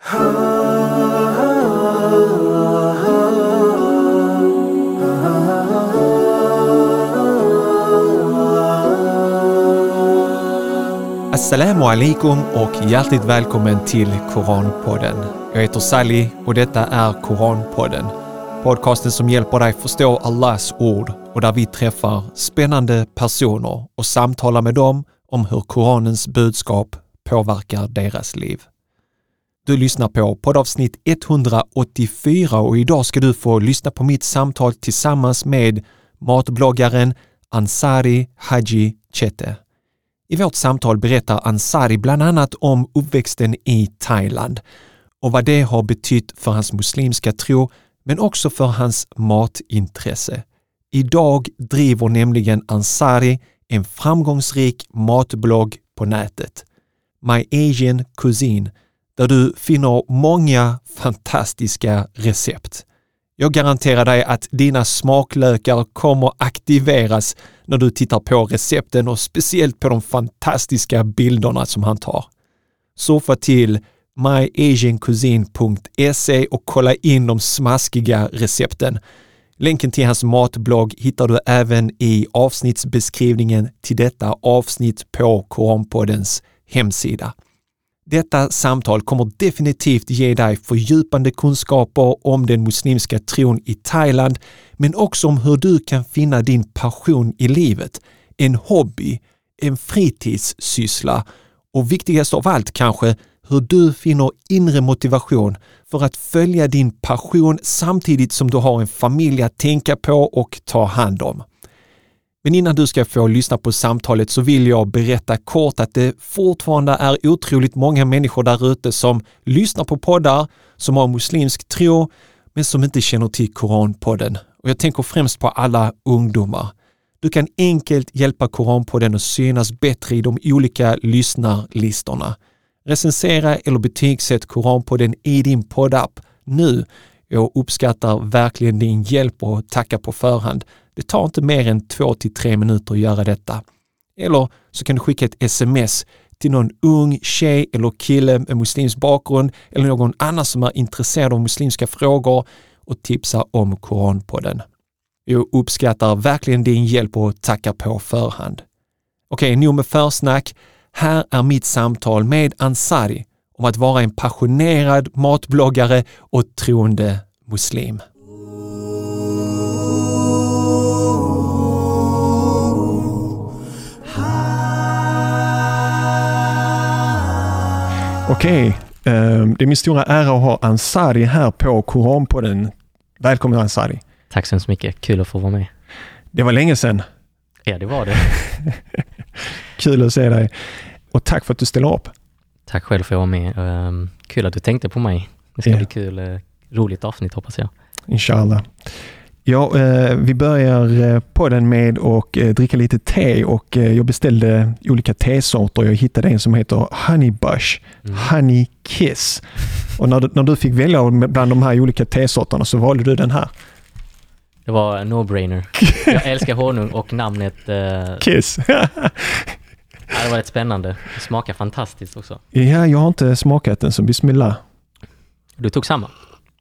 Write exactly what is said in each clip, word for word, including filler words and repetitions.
Assalamu alaikum och hjärtligt välkommen till Koranpodden. Jag heter Sally och detta är Koranpodden. Podcasten som hjälper dig förstå Allahs ord och där vi träffar spännande personer och samtalar med dem om hur Koranens budskap påverkar deras liv. Du lyssnar på poddavsnitt etthundraåttiofyra och idag ska du få lyssna på mitt samtal tillsammans med matbloggaren Ansari Haji Chete. I vårt samtal berättar Ansari bland annat om uppväxten i Thailand och vad det har betytt för hans muslimska tro men också för hans matintresse. Idag driver nämligen Ansari en framgångsrik matblogg på nätet, My Asian Cuisine, där du finner många fantastiska recept. Jag garanterar dig att dina smaklökar kommer aktiveras när du tittar på recepten och speciellt på de fantastiska bilderna som han tar. Surfa till my asian cuisine punkt se och kolla in de smaskiga recepten. Länken till hans matblogg hittar du även i avsnittsbeskrivningen till detta avsnitt på Koranpoddens hemsida. Detta samtal kommer definitivt ge dig fördjupande kunskaper om den muslimska tron i Thailand, men också om hur du kan finna din passion i livet, en hobby, en fritidssyssla och viktigast av allt kanske hur du finner inre motivation för att följa din passion samtidigt som du har en familj att tänka på och ta hand om. Men innan du ska få lyssna på samtalet så vill jag berätta kort att det fortfarande är otroligt många människor där ute som lyssnar på poddar, som har muslimsk tro men som inte känner till Koranpodden. Och jag tänker främst på alla ungdomar. Du kan enkelt hjälpa Koranpodden att synas bättre i de olika lyssnarlistorna. Recensera eller betygsätt Koranpodden i din poddapp nu. Jag uppskattar verkligen din hjälp och tackar på förhand. Det tar inte mer än två till tre minuter att göra detta. Eller så kan du skicka ett sms till någon ung tjej eller kille med muslimsk bakgrund eller någon annan som är intresserad av muslimska frågor och tipsa om Koranpodden. Jag uppskattar verkligen din hjälp och tackar på förhand. Okej, nu med försnack. Här är mitt samtal med Ansari om att vara en passionerad matbloggare och troende muslim. Okej, det är min stora ära att ha Ansari här på Koranpodden. Välkommen Ansari. Tack så mycket, kul att få vara med. Det var länge sedan. Ja, det var det. Kul att se dig. Och tack för att du ställer upp. Tack själv för att jag var med. Um, kul att du tänkte på mig. Det ska yeah. bli kul, uh, roligt avsnitt hoppas jag. Inshallah. Ja, eh, vi börjar eh, på den med att eh, dricka lite te och eh, jag beställde olika tesorter. Jag hittade en som heter Honey Bush, mm. Honey Kiss. Och när du, när du fick välja bland de här olika tesorterna så valde du den här. Det var en no-brainer. Jag älskar honung och namnet eh... Kiss. Ja, det var rätt spännande. Det smakar fantastiskt också. Ja, jag har inte smakat den, så bismillah. Du tog samma?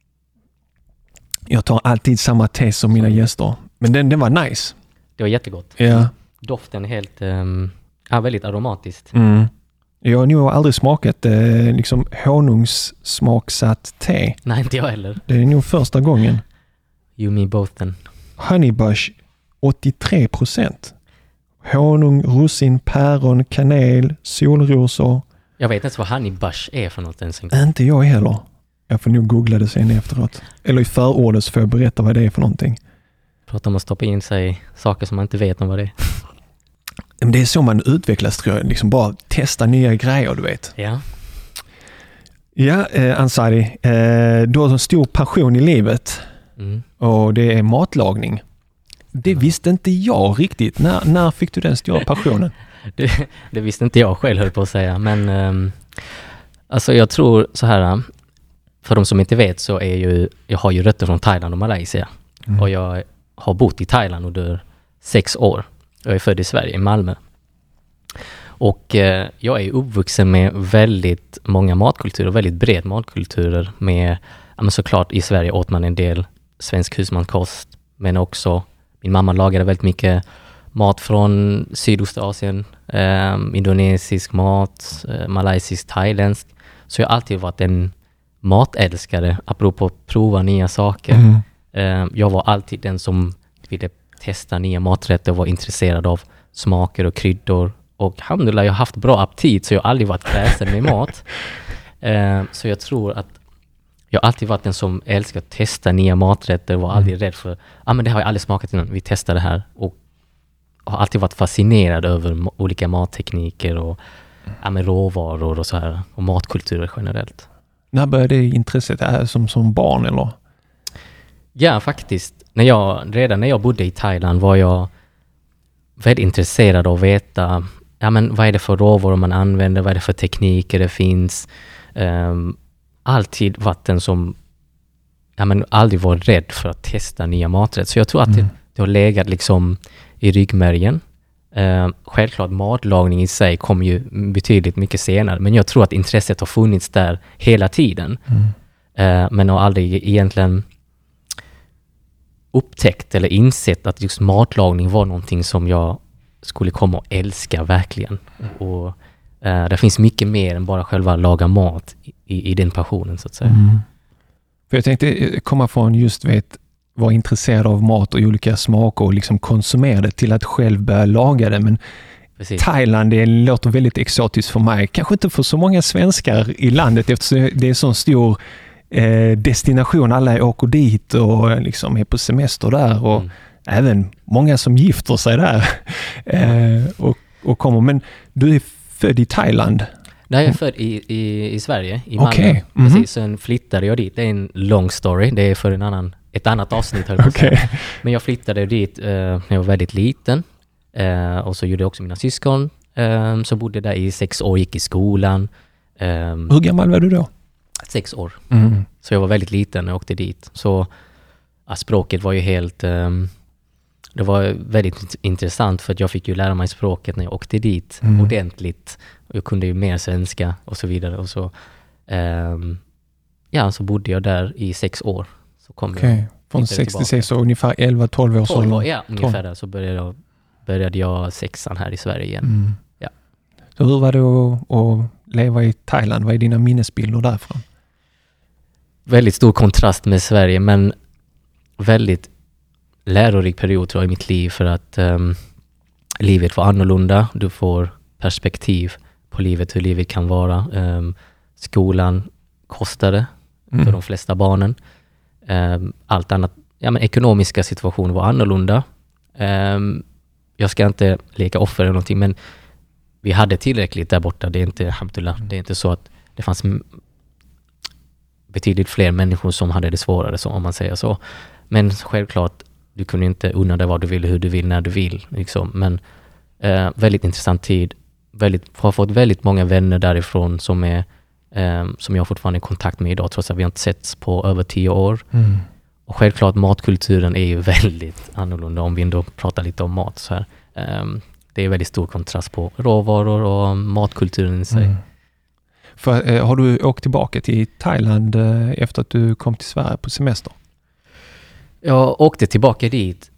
Jag tar alltid samma te som mina gäster. Men den, den var nice. Det var jättegott. Ja. Doften är helt, um, ja, väldigt aromatiskt. Mm. Jag har nog aldrig smakat eh, liksom honungssmaksatt te. Nej, inte jag heller. Det är nog första gången. You me both then. Honey Bush, åttiotre procent. Honung, russin, päron, kanel, solrosor. Jag vet inte ens vad Honey Bush är för något ens. Inte jag heller. Jag får nog googla det sen efteråt. Eller i förordet så får jag berätta vad det är för någonting. Prata om att stoppa in sig saker som man inte vet om vad det är. Men det är så man utvecklas, tror jag. Liksom bara testa nya grejer, du vet. Ja. Ja, eh, Ansari. Eh, du har en stor passion i livet. Mm. Och det är matlagning. Det mm. visste inte jag riktigt. När, när fick du den stora passionen? det, det visste inte jag själv, höll på att säga. Men um, alltså jag tror så här... För de som inte vet så är ju, jag har ju rötter från Thailand och Malaysia. Mm. Och jag har bott i Thailand under sex år. Jag är född i Sverige, i Malmö. Och eh, jag är uppvuxen med väldigt många matkulturer, väldigt bred matkulturer med, ja, men såklart i Sverige åt man en del svensk husmanskost, men också min mamma lagade väldigt mycket mat från Sydostasien, eh, indonesisk mat, eh, malaysisk, thailändsk. Så jag har alltid varit en matälskare, apropå att prova nya saker. Mm. Eh, jag var alltid den som ville testa nya maträtter och var intresserad av smaker och kryddor. Och alhamdulillah, jag har haft bra aptit, så jag har aldrig varit kräsen med mat. Eh, så jag tror att jag har alltid varit den som älskar att testa nya maträtter och var aldrig mm. rädd för, ja ah, men det har jag aldrig smakat innan, vi testar det här. Och har alltid varit fascinerad över m- olika mattekniker och ja, men råvaror och så här, och matkulturer generellt. När började det intresset? Är som, som barn eller? Ja, faktiskt. När jag, redan när jag bodde i Thailand var jag väldigt intresserad av att veta, ja, men vad är det för råvaror man använder, vad är det för tekniker det finns. Um, alltid varit den som, ja, men aldrig var rädd för att testa nya maträtter. Så jag tror att mm. det, det har legat liksom i ryggmärgen. Uh, självklart matlagning i sig kom ju betydligt mycket senare, men jag tror att intresset har funnits där hela tiden. Mm. Uh, men har aldrig egentligen upptäckt eller insett att just matlagning var någonting som jag skulle komma att älska verkligen. Mm. Och uh, det finns mycket mer än bara själva laga mat i, i den passionen, så att säga. Mm. För jag tänkte komma från just vet vara intresserad av mat och olika smaker och liksom konsumera det till att själv börja laga det. Men precis. Thailand, det låter väldigt exotiskt för mig. Kanske inte för så många svenskar i landet, eftersom det är en sån stor eh, destination. Alla åker dit och liksom är på semester där. Och mm. även många som gifter sig där eh, och, och kommer. Men du är född i Thailand? Nej, jag är född i, i, i Sverige, i Malmö. Okay. Mm-hmm. Precis, sen flyttade jag dit. Det är en lång story. Det är för en annan ett annat avsnitt, höll jag på att säga. Men jag flyttade dit uh, när jag var väldigt liten. Uh, och så gjorde jag också mina syskon. Uh, så bodde där i sex år, gick i skolan. Um, Hur gammal var du då? Sex år. Mm. Så jag var väldigt liten när jag åkte dit. Så uh, språket var ju helt... Um, det var väldigt intressant, för att jag fick ju lära mig språket när jag åkte dit mm. ordentligt. Och jag kunde ju mer svenska och så vidare. Och så, um, ja, så bodde jag där i sex år. Okej, okay. Från sextiosex och ungefär elva tolv år. tolv år, ja, ungefär där. Så började jag, började jag sexan här i Sverige igen. Mm. Ja. Så hur var det att, att leva i Thailand? Vad är dina minnesbilder därifrån? Väldigt stor kontrast med Sverige, men väldigt lärorik period tror jag i mitt liv, för att um, livet var annorlunda. Du får perspektiv på livet, hur livet kan vara. Um, skolan kostade mm. för de flesta barnen. Um, allt annat, ja, men ekonomiska situationer var annorlunda. Um, jag ska inte leka offer eller någonting, men vi hade tillräckligt där borta. Det är inte, alhamdulillah, det är inte så att det fanns m- betydligt fler människor som hade det svårare, så, om man säger så. Men självklart, du kunde inte unna dig vad du vill, hur du vill, när du vill. Liksom. Men uh, väldigt intressant tid. Väldigt, har fått väldigt många vänner därifrån som är Um, som jag fortfarande är i kontakt med idag, trots att vi inte setts på över tio år. Mm. Och självklart matkulturen är ju väldigt annorlunda, om vi ändå pratar lite om mat så här. Um, det är väldigt stor kontrast på råvaror och matkulturen i sig. Mm. För, eh, har du åkt tillbaka till Thailand eh, efter att du kom till Sverige på semester? Jag åkte tillbaka dit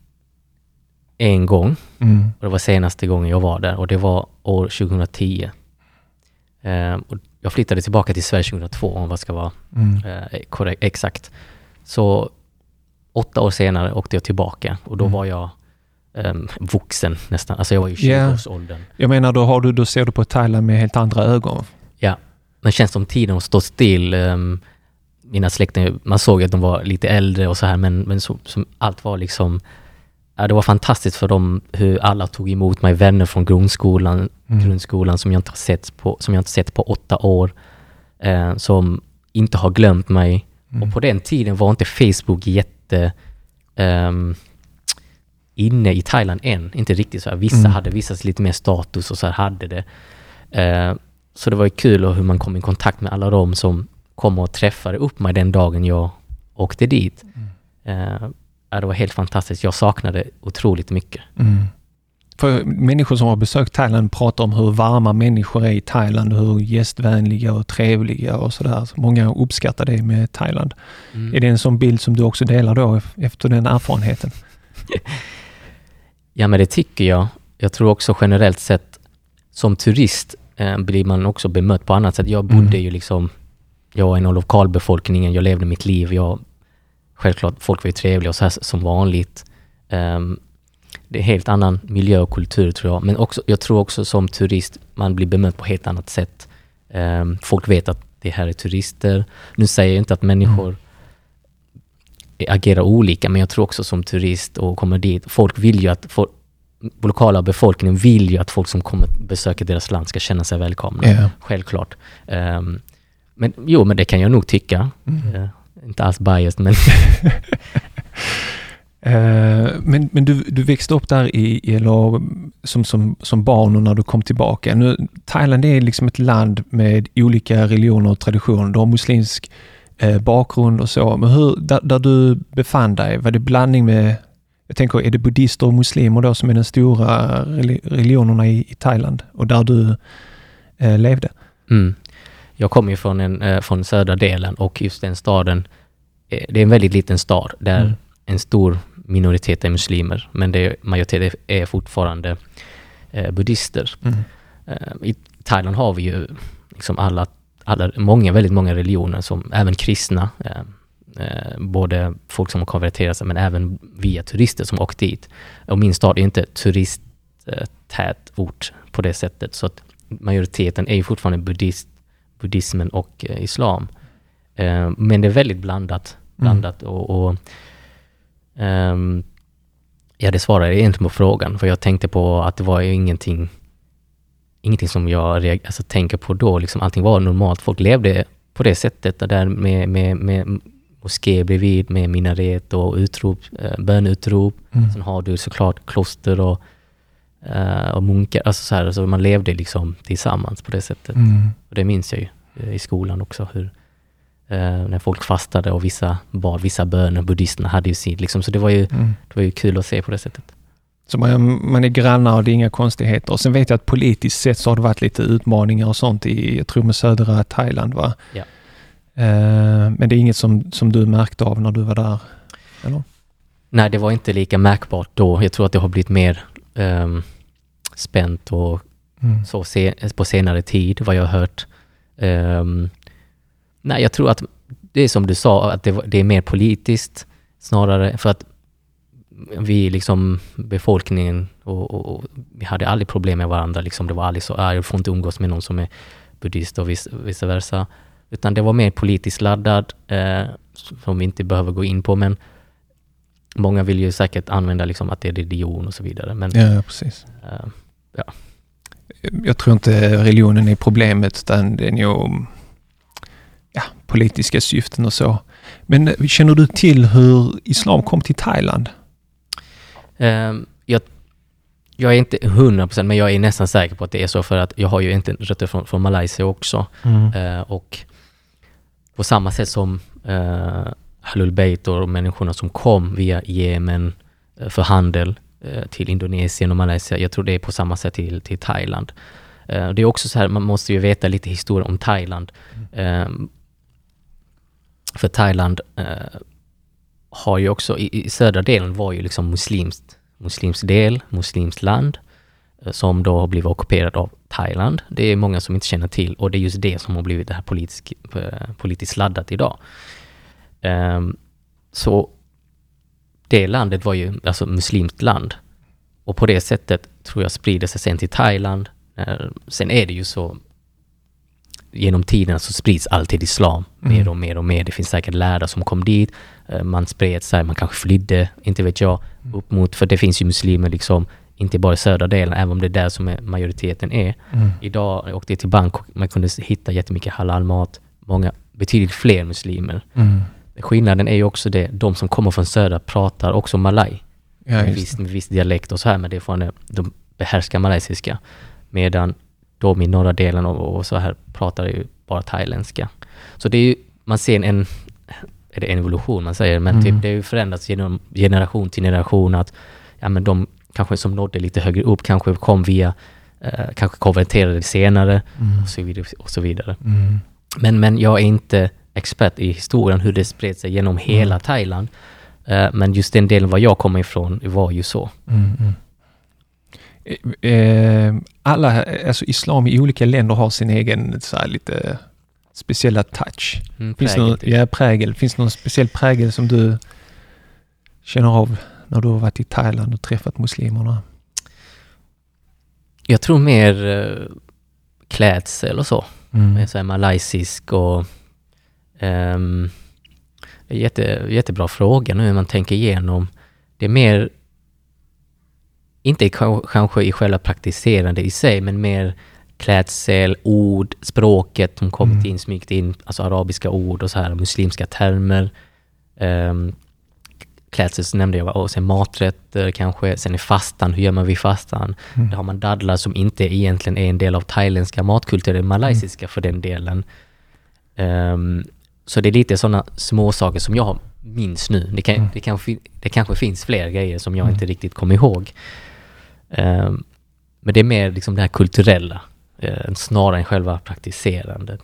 en gång. Mm. Och det var senaste gången jag var där, och det var år tjugohundratio. Um, och jag flyttade tillbaka till Sverige tjugohundratvå, om vad ska vara mm. eh, korrekt, exakt. Så åtta år senare åkte jag tillbaka, och då mm. var jag eh, vuxen nästan. Alltså jag var i tjugo-årsåldern. Yeah. Jag menar, då, har du, då ser du på Thailand med helt andra ögon. Ja, det känns som tiden har stått still. Um, mina släkter, man såg att de var lite äldre och så här, men, men så, som allt var liksom... Ja, det var fantastiskt för dem hur alla tog emot mig, vänner från grundskolan, mm. grundskolan som jag inte har sett på, som jag inte sett på åtta år, eh, som inte har glömt mig. Mm. Och på den tiden var inte Facebook jätte um, inne i Thailand än, inte riktigt så här. Vissa mm. hade visat lite mer status och så här hade det. Eh, så det var ju kul hur man kom i kontakt med alla dem som kom och träffade upp mig den dagen jag åkte dit. Mm. Eh, Ja, det var helt fantastiskt. Jag saknade otroligt mycket. Mm. för människor som har besökt Thailand pratar om hur varma människor är i Thailand, hur gästvänliga och trevliga och sådär. Så många uppskattar det med Thailand. Mm. Är det en sån bild som du också delar då efter den erfarenheten? Ja, men det tycker jag. Jag tror också generellt sett som turist eh, blir man också bemött på annat sätt. Jag bodde mm. ju liksom, jag var en av lokalbefolkningen, jag levde mitt liv. Jag, självklart, folk var ju trevliga och så här som vanligt. Um, det är helt annan miljö och kultur tror jag. Men också, jag tror också som turist man blir bemött på helt annat sätt. Um, folk vet att det här är turister. Nu säger jag inte att människor mm. agerar olika, men jag tror också som turist och kommer dit, folk vill ju att folk, lokala befolkningen vill ju att folk som kommer besöka deras land ska känna sig välkomna. Yeah. Självklart. Um, men jo, men det kan jag nog tycka. Mm. Uh, inte alls biased, men... uh, men men du, du växte upp där i, eller, som, som, som barn och när du kom tillbaka. Nu, Thailand är liksom ett land med olika religioner och traditioner. Du har muslimsk eh, bakgrund och så. Men hur, där, där du befann dig, var det blandning med, jag tänker, är det buddhister och muslimer då som är den stora religionerna i, i Thailand och där du eh, levde? Mm. Jag kommer ju från, en, eh, från södra delen och just den staden, eh, det är en väldigt liten stad där mm. en stor minoritet är muslimer, men det, majoriteten är fortfarande eh, buddhister. Mm. Eh, I Thailand har vi ju liksom alla, alla, många, väldigt många religioner, som även kristna, eh, eh, både folk som har konverterat sig, men även via turister som åkt dit. Och min stad är inte turisttät ort på det sättet, så att majoriteten är ju fortfarande buddhist, buddhismen och eh, islam. Eh, men det är väldigt blandat, blandat mm. och, och um, ja, det svarar egentligen på frågan, för jag tänkte på att det var ju ingenting ingenting som jag reager, alltså, tänker på då, liksom allting var normalt, folk levde på det sättet där med, med, med moské bredvid, med minaret och utrop, eh, bönutrop. Mm. Sen har du såklart kloster och Uh, och munkar, alltså så här, så man levde liksom tillsammans på det sättet. Mm. Och det minns jag ju uh, i skolan också, hur uh, när folk fastade och vissa bad, vissa böner, buddhisterna hade ju sin, liksom, så det var ju, mm. det var ju kul att se på det sättet. Så man, man är grannar och det är inga konstigheter. Och sen vet jag att politiskt sett så har det varit lite utmaningar och sånt i, jag tror med södra Thailand, va? Ja. Uh, men det är inget som, som du märkte av när du var där, eller? Nej, det var inte lika märkbart då. Jag tror att det har blivit mer Um, spänt och mm. så se, på senare tid, vad jag har hört. Um, nej, jag tror att det är som du sa, att det, det är mer politiskt snarare, för att vi liksom, befolkningen och, och, och vi hade aldrig problem med varandra, liksom, det var aldrig så, ah, jag får inte umgås med någon som är buddhist och vice, vice versa, utan det var mer politiskt laddad, eh, som vi inte behöver gå in på, men många vill ju säkert använda liksom att det är religion och så vidare. Men, ja, precis. Uh, ja. Jag tror inte religionen är problemet, utan det är nog ja, politiska syften och så. Men känner du till hur islam kom till Thailand? Uh, jag, jag är inte hundra procent, men jag är nästan säker på att det är så, för att jag har ju inte rötter från, från Malaysia också. Mm. Uh, och på samma sätt som uh, Ahlul Bayt och människorna som kom via Jemen för handel till Indonesien och Malaysia. Jag tror det är på samma sätt till, till Thailand. Det är också så här, man måste ju veta lite historia om Thailand. Mm. För Thailand har ju också, i, i södra delen var ju liksom muslimskt, muslimsk del, muslimskt land, som då har blivit ockuperat av Thailand. Det är många som inte känner till, och det är just det som har blivit det här politisk, politiskt laddat idag. Um, så det landet var ju alltså muslimskt land, och på det sättet tror jag sprider sig sen till Thailand. Uh, sen är det ju så, genom tiden så sprids alltid islam mm. mer och mer och mer. Det finns säkert lärare som kom dit, uh, man spred sig, man kanske flydde, inte vet jag, upp mot, för det finns ju muslimer liksom inte bara i södra delen, även om det är där som är majoriteten är. Mm. Idag jag åkte till Bangkok, man kunde hitta jättemycket halalmat, många, betydligt fler muslimer. Mm. Skillnaden är ju också det, de som kommer från södra pratar också malaj. Ja, med, viss, med viss dialekt och så här, men det är från, de behärskar malaysiska. Medan de i norra delen och, och så här pratar ju bara thailändska. Så det är ju, man ser en, är det en evolution man säger, men mm. typ det är ju förändrats genom generation till generation, att ja, men de kanske som nådde lite högre upp, kanske kom via, eh, kanske konverterade senare mm. och så vidare. Och så vidare. Mm. Men, men jag är inte expert i historien hur det spred sig genom hela mm. Thailand. Eh, men just den delen var jag kommer ifrån var ju så. Mm, mm. Alla, alltså islam i olika länder har sin egen så här, lite speciella touch. Mm, Finns det någon, ja, prägel. Finns det någon speciell prägel som du känner av när du har varit i Thailand och träffat muslimerna? Jag tror mer uh, klädsel och så. Mm. Mer så här malaysisk och um, jätte, jättebra fråga nu när man tänker igenom. Det är mer inte kanske i själva praktiserande i sig, men mer klädsel, ord, språket som kommit mm. in, smygt in, alltså arabiska ord och så här, muslimska termer. Um, klädsel så nämnde jag, och sen maträtter kanske, sen är fastan, hur gör man vid fastan? Mm. Där har man dadlar som inte egentligen är en del av thailändska matkulturen, malaysiska mm. för den delen. Um, så det är lite sådana små saker som jag minns nu. Det, kan, mm. det, kan, det kanske finns fler grejer som jag mm. inte riktigt kommer ihåg. Um, men det är mer liksom det här kulturella uh, snarare än själva praktiserandet.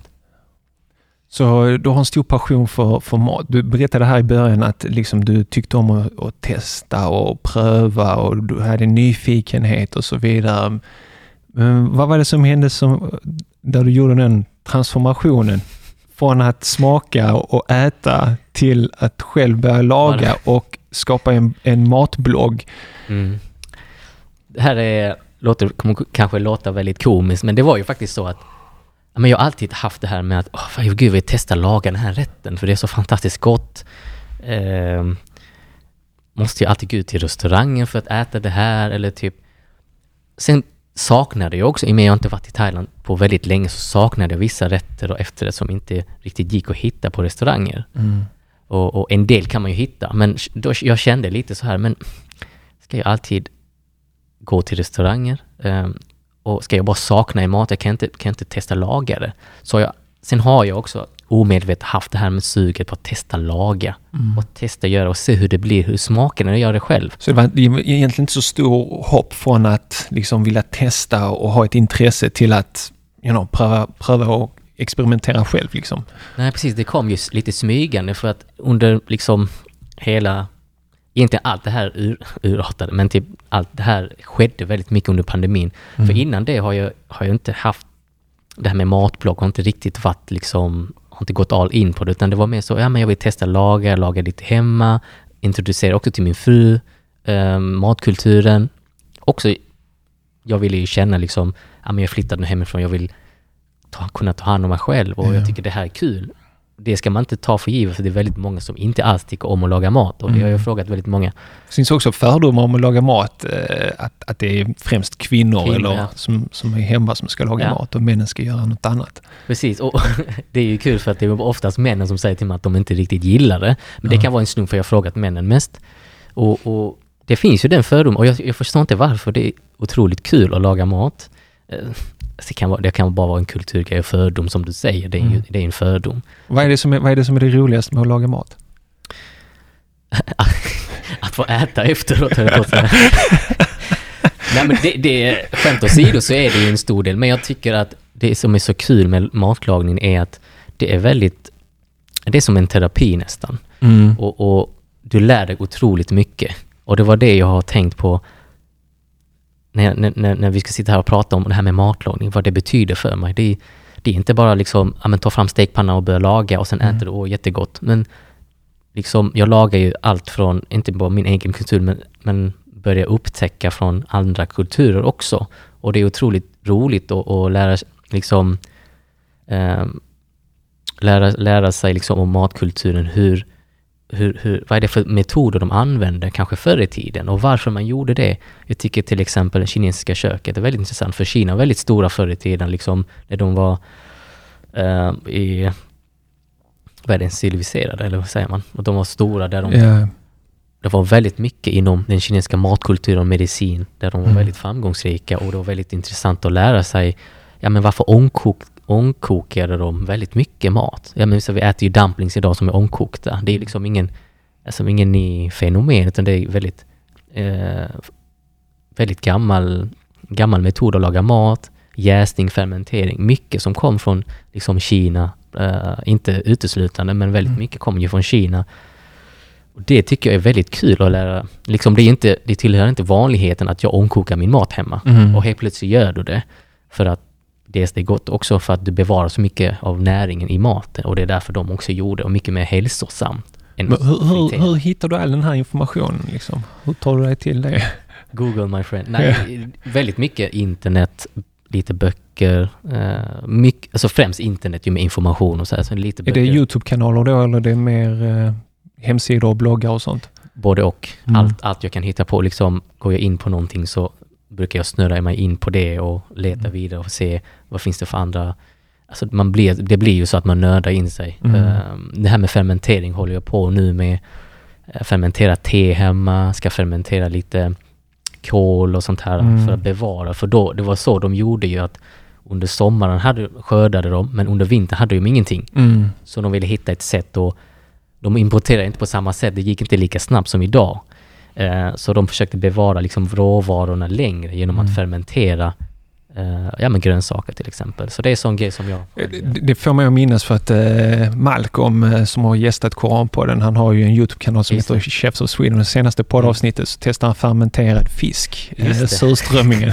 Så du har en stor passion för, för mat. Du berättade här i början att liksom du tyckte om att, att testa och pröva och du hade nyfikenhet och så vidare. Men vad var det som hände som, där du gjorde den transformationen från att smaka och äta till att själv börja laga och skapa en, en matblogg? Mm. Det här är, låter, kommer kanske låta väldigt komiskt, men det var ju faktiskt så att men jag har alltid haft det här med att åh, gud, jag vill testa laga den här rätten för det är så fantastiskt gott. Eh, måste jag alltid gå ut till restaurangen för att äta det här eller typ. Sen saknade jag också, i och med att jag inte varit i Thailand på väldigt länge, så saknade jag vissa rätter och efterrätt som inte riktigt gick att hitta på restauranger. Mm. Och, och en del kan man ju hitta, men då, jag kände lite så här, men ska jag alltid gå till restauranger? Eh, Och ska jag bara sakna i mat, jag kan inte, kan inte testa laga det. Så jag, sen har jag också omedvetet haft det här med suget på att testa laga. Mm. Och testa göra och se hur det blir, hur smakar när jag gör det själv. Så det var egentligen inte så stor hopp från att liksom vilja testa och ha ett intresse till att you know, pröva, pröva och experimentera själv liksom. Nej, precis. Det kom ju lite smygande för att under liksom hela... Inte allt det här ur, urartade, men typ allt det här skedde väldigt mycket under pandemin. Mm. För innan det har jag, har jag inte haft det här med matblogg, har inte riktigt varit liksom, har inte gått all in på det, utan det var mer så, ja men jag vill testa laga, laga lite hemma, introducera också till min fru, eh, matkulturen. Också, jag ville ju känna liksom, ja men jag flyttade nu hemifrån, jag vill ta, kunna ta hand om mig själv och ja. Jag tycker det här är kul. Det ska man inte ta för givet, för det är väldigt många som inte alls tycker om att laga mat. Och det har jag frågat väldigt många. Det finns också fördomar om att laga mat. Att, att det är främst kvinnor, kvinnor eller ja. som, som är hemma som ska laga ja. mat och männen ska göra något annat. Precis, och det är ju kul för att det är oftast männen som säger till mig att de inte riktigt gillar det. Men ja. det kan vara en snurr för jag har frågat männen mest. Och, och det finns ju den fördom, och jag, jag förstår inte varför. Det är otroligt kul att laga mat. Det kan, vara, det kan bara vara en kulturgrej och fördom som du säger. Det är, mm. det är en fördom. Vad är det som är, vad är det som är det roligaste med att laga mat? Att få äta efteråt. Nej, men det, det, skämt åsido så är det ju en stor del. Men jag tycker att det som är så kul med matlagning är att det är väldigt, det är som en terapi nästan. Mm. Och, och du lär dig otroligt mycket. Och det var det jag har tänkt på När, när, när vi ska sitta här och prata om det här med matlagning, vad det betyder för mig. Det är, det är inte bara liksom, ja, men ta fram stekpanna och börja laga och sen mm. äter du, åh, jättegott. Men liksom, jag lagar ju allt från, inte bara min egen kultur, men, men börja upptäcka från andra kulturer också. Och det är otroligt roligt att, att lära, liksom, eh, lära, lära sig liksom om matkulturen, hur Hur, hur, vad är det för metoder de använder kanske förr i tiden och varför man gjorde det. Jag tycker till exempel det kinesiska köket är väldigt intressant, för Kina var väldigt stora förr i tiden liksom, när de var uh, i världen civiliserade, eller vad säger man? Och de var stora där de yeah. det var väldigt mycket inom den kinesiska matkulturen och medicin där de var mm. väldigt framgångsrika, och det var väldigt intressant att lära sig, ja men varför ångkokt ångkokade de väldigt mycket mat. Ja, men så vi äter ju dumplings idag som är ångkokta. Det är liksom ingen, alltså ingen ny fenomen, utan det är väldigt eh, väldigt gammal, gammal metod att laga mat, jäsning, fermentering. Mycket som kom från liksom Kina, uh, inte uteslutande, men väldigt mm. mycket kom ju från Kina. Och det tycker jag är väldigt kul att lära. Liksom det, är inte, det tillhör inte vanligheten att jag omkokar min mat hemma. Mm. Och helt plötsligt gör du det. För att dels det är gott också för att du bevarar så mycket av näringen i maten. Och det är därför de också gjorde och mycket mer hälsosamt. Men hur, hur, hur hittar du all den här informationen? Liksom? Hur tar du dig till det? Google, my friend. Nej, väldigt mycket internet, lite böcker. Uh, mycket, alltså främst internet ju med information och så här. Så lite böcker. Är det YouTube-kanaler då eller är det mer uh, hemsidor och bloggar och sånt? Både och. Mm. Allt, allt jag kan hitta på. Liksom, går jag in på någonting så brukar jag snurra mig in på det och leta mm. vidare och se vad finns det för andra. Alltså man blir, det blir ju så att man nördar in sig. Mm. Uh, det här med fermentering håller jag på nu med. Uh, fermentera te hemma, ska fermentera lite kål och sånt här mm. för att bevara. För då, det var så de gjorde ju att under sommaren hade, skördade de, men under vintern hade de ingenting. Mm. Så de ville hitta ett sätt och de importerade inte på samma sätt. Det gick inte lika snabbt som idag. Uh, så de försökte bevara liksom råvarorna längre genom mm. att fermentera Uh, ja men grönsaker till exempel. Så det är sån grej som jag... Det, det får mig att minnas för att uh, Malcolm uh, som har gästat Koranpodden, han har ju en YouTube-kanal som heter Chefs of Sweden. Det senaste poddavsnittet så testar han fermenterad fisk. Uh, surströmmingen.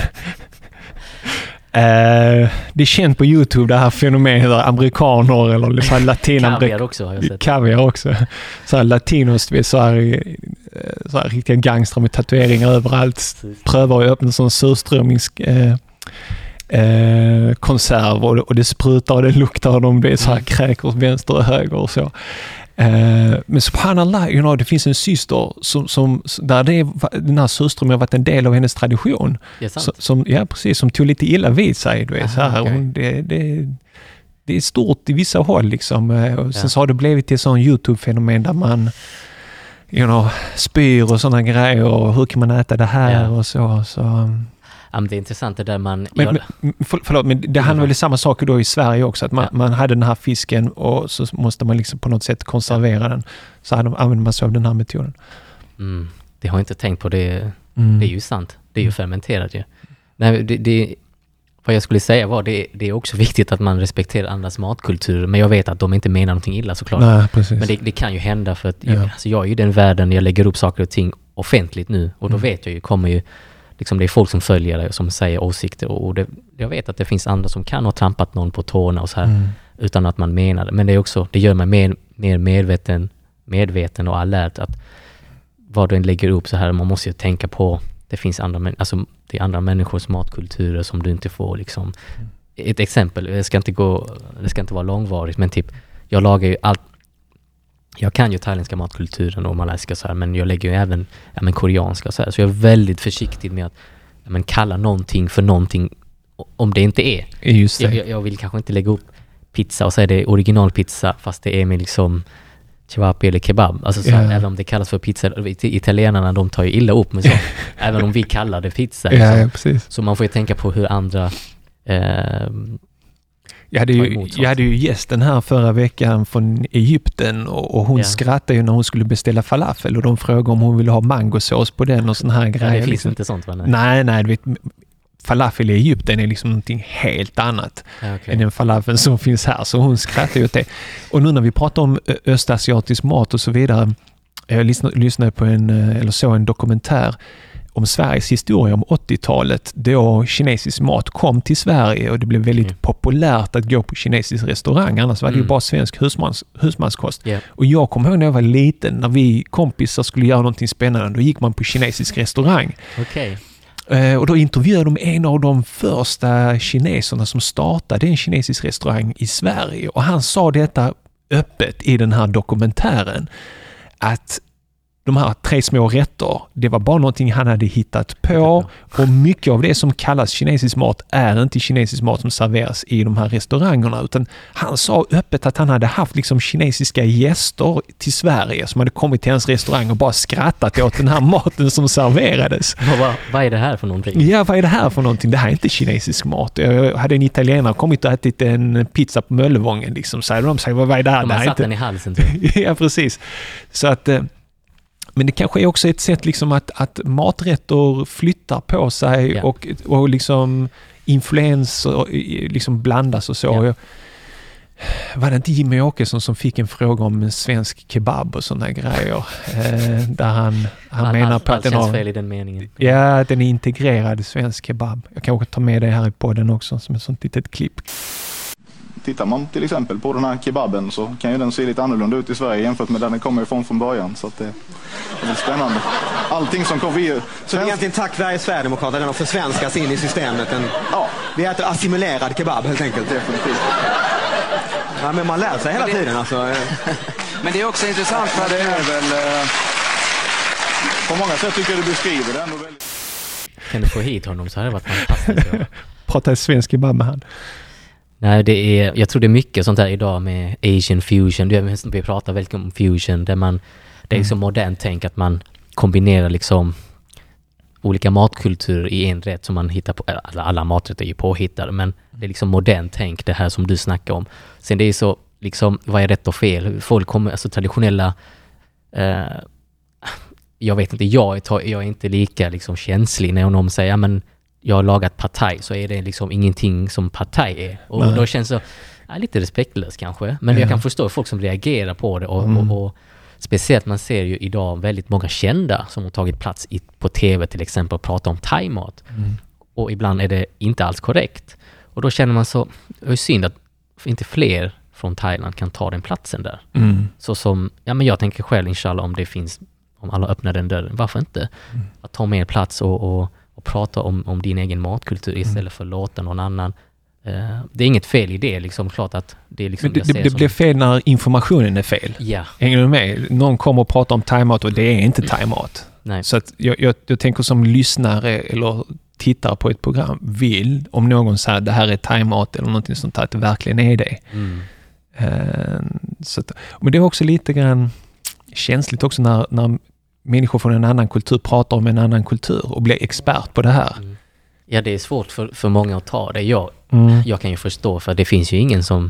Uh, det är känt på YouTube det här fenomenet där amerikaner eller så här latinamerikaner. Kaviar också har jag sett. Kaviar också. Så här latinos, så här, så här riktiga gangstrar med tatueringar överallt. Prövar att öppna sån surströmmings... Uh, Eh, konserv och, och det sprutar och det luktar och de blir så här kräk åt vänster och höger och så. Eh, men subhanallah, you know, det finns en syster som, som, där det, den här systern har varit en del av hennes tradition. Som, som, ja, precis, som tog lite illa vid sig. Du vet, Aha, så här. Okay. Hon, det, det, det är stort i vissa håll. Liksom. Och sen ja. så har det blivit ett sån YouTube-fenomen där man you know, spyr och sådana grejer och hur kan man äta det här ja. och så. så Ja, men det är intressant det där man men, gör. Men, för, förlåt, men det handlar väl i samma sak då i Sverige också. Att man, ja. man hade den här fisken och så måste man liksom på något sätt konservera den. Så använder man sig av den här metoden. Mm, det har jag inte tänkt på. Det, mm. det är ju sant. Det är ju fermenterat ju. Nej, det, det, vad jag skulle säga var det, det är också viktigt att man respekterar andras matkultur. Men jag vet att de inte menar någonting illa såklart. Nej, precis. Men det, det kan ju hända för att ja. jag, alltså jag är ju den världen jag lägger upp saker och ting offentligt nu. Och då mm. vet jag ju, kommer ju liksom det är folk som följer det och som säger åsikter och det, jag vet att det finns andra som kan ha trampat någon på tårna och så här mm. utan att man menar det. Men det är också, det gör mig mer, mer medveten, medveten och alert att vad du än lägger upp så här, man måste ju tänka på det finns andra, alltså det är andra människors matkulturer som du inte får liksom. Mm. Ett exempel, det ska inte gå, det ska inte vara långvarigt, men typ jag lagar ju allt. Jag kan ju thailändska matkulturen och malaysiska så här, men jag lägger ju även ja, men koreanska så här. Så jag är väldigt försiktig med att ja, men kalla någonting för någonting om det inte är. Just det. Jag, jag vill kanske inte lägga upp pizza och säga det är originalpizza fast det är med liksom cevapi eller kebab. Alltså så yeah. även om det kallas för pizza, italienarna de tar ju illa upp med så. Även om vi kallar det pizza. Liksom. Ja, ja, precis. Så man får ju tänka på hur andra eh, Jag hade, ju, jag hade ju gästen här förra veckan från Egypten och, och hon yeah. skrattade ju när hon skulle beställa falafel och de frågade om hon ville ha mangosås på den och sån här grejer. Ja, det finns liksom. inte sånt va? Nej, nej, nej du vet, falafel i Egypten är liksom någonting helt annat ja, okay. än den falafeln som finns här. Så hon skrattar ju åt det. Och nu när vi pratar om östasiatisk mat och så vidare, jag lyssnade, lyssnade på en, eller så en dokumentär om Sveriges historia om åttiotalet då kinesisk mat kom till Sverige och det blev väldigt mm. populärt att gå på kinesisk restaurang. Annars var det mm. ju bara svensk husmans, husmanskost. Yeah. Och jag kommer ihåg när jag var liten, när vi kompisar skulle göra någonting spännande, då gick man på kinesisk restaurang. Okay. Uh, och då intervjuade de en av de första kineserna som startade en kinesisk restaurang i Sverige. Och han sa detta öppet i den här dokumentären att de här tre små rätter, det var bara någonting han hade hittat på och mycket av det som kallas kinesisk mat är inte kinesisk mat som serveras i de här restaurangerna, utan han sa öppet att han hade haft liksom kinesiska gäster till Sverige som hade kommit till hans restaurang och bara skrattat åt den här maten som serverades. Vad, vad är det här för någonting? Ja, vad är det här för någonting? Det här är inte kinesisk mat. Jag hade en italienare kommit och ätit en pizza på Möllevången liksom, så de säger, vad är det här? De det har här satt inte... den i halsen. Typ. Ja, precis. Så att Men det kanske är också ett sätt liksom att, att maträtter flyttar på sig ja. och, och liksom influenser liksom blandas och så. Ja. Var det inte Jimmy Åkesson som fick en fråga om en svensk kebab och sådana grejer? Eh, där han, han all, menar på all, att den har... fel i den meningen. Ja, att den är integrerad i svensk kebab. Jag kan också ta med det här i podden också som ett sånt litet klipp. Tittar man till exempel på den här kebaben så kan ju den se lite annorlunda ut i Sverige jämfört med där den kommer ifrån från början. Så att det, det är spännande. Allting som kommer vi... Så det är egentligen tack vare Sverigedemokraterna den har försvenskats in i systemet. En, ja. Vi äter assimilerad kebab helt enkelt. Definitivt. Ja, men man lär sig hela men det, tiden alltså. Men det är också intressant för det är väl... Eh, på många sätt tycker jag du beskriver den. Väldigt... Kan du få hit honom så hade det varit fantastiskt. Prata svensk kebab med han. Nej, det är, jag tror det är mycket sånt här idag med Asian fusion. Vi pratar väldigt om fusion där man, det är liksom modernt tänk att man kombinerar liksom olika matkulturer i en rätt som man hittar på. Alla, alla maträtter är ju påhittade, men det är liksom modernt tänk det här som du snackar om. Sen det är så liksom, vad är rätt och fel? Folk kommer, alltså traditionella eh, jag vet inte, jag är, jag är inte lika liksom känslig när någon säger, ja men jag har lagat pad thai, så är det liksom ingenting som pad thai är. Och Nej. Då känns det ja, lite respektlöst kanske. Men ja. Jag kan förstå folk som reagerar på det. Och, mm. och, och speciellt man ser ju idag väldigt många kända som har tagit plats i, på tv till exempel och pratar om thaimat. Mm. Och ibland är det inte alls korrekt. Och då känner man så, det är synd att inte fler från Thailand kan ta den platsen där. Mm. Så som, ja men jag tänker själv inshallah om det finns, om alla öppnar den dörren, varför inte? Mm. Att ta mer plats och, och och prata om, om din egen matkultur istället mm. för att låta någon annan. Uh, det är inget fel i det, liksom klart att det är liksom... Men det, det, det blir fel när informationen är fel. Ja. Hänger du med? Någon kommer och pratar om thaimat och det är inte thaimat. Nej. Så att jag, jag, jag tänker som lyssnare eller tittare på ett program vill, om någon säger att det här är thaimat eller någonting sånt här, att det verkligen är det. Mm. Uh, så att, men det är också lite grann känsligt också när, när människor från en annan kultur pratar om en annan kultur och blir expert på det här. Mm. Ja, det är svårt för, för många att ta det. Jag, mm. jag kan ju förstå, för det finns ju ingen som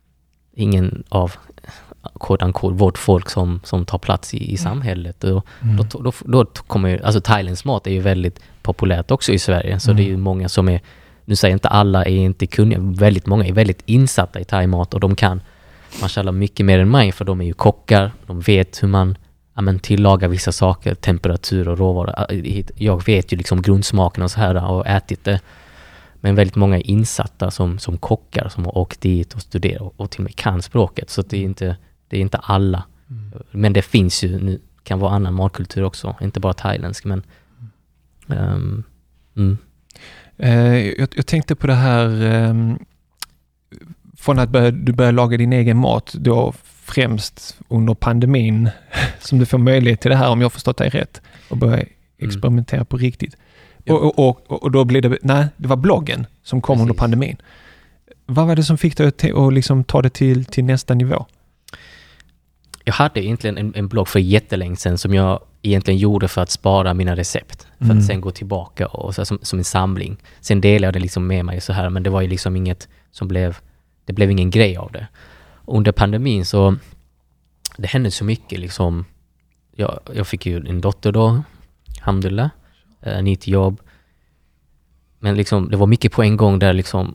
ingen av kodan kod vårt folk som, som tar plats i, i samhället. Och mm. då, då, då kommer ju, alltså Thailands mat är ju väldigt populärt också i Sverige. Så mm. det är ju många som är, nu säger inte alla är inte kunniga, väldigt många är väldigt insatta i thaimat och de kan mashallah mycket mer än mig, för de är ju kockar, de vet hur man ja, men tillaga vissa saker, temperatur och råvaror. Jag vet ju liksom grundsmaken och så här och ätit det. Men väldigt många är insatta som, som kockar som har åkt dit och studerat och, och till och med kan språket. Så det är inte, det är inte alla. Mm. Men det finns ju, nu kan vara annan matkultur också. Inte bara thailändsk, men... Um, mm. uh, jag, jag tänkte på det här... Um, från att börja, du börjar laga din egen mat då främst under pandemin som du får möjlighet till det här, om jag har förstått dig rätt, och börja experimentera mm. på riktigt. Ja. Och, och, och, och då blev det, nej, det var bloggen som kom Precis. Under pandemin. Vad var det som fick dig att t- och liksom ta det till, till nästa nivå? Jag hade egentligen en, en blogg för jättelänge sedan som jag egentligen gjorde för att spara mina recept. För mm. att sen gå tillbaka och så, som, som en samling. Sen delade jag det liksom med mig så här, men det var ju liksom inget som blev, det blev ingen grej av det. Under pandemin så det hände så mycket liksom. Jag, jag fick ju en dotter då, alhamdulillah, äh, nytt jobb. Men liksom det var mycket på en gång där liksom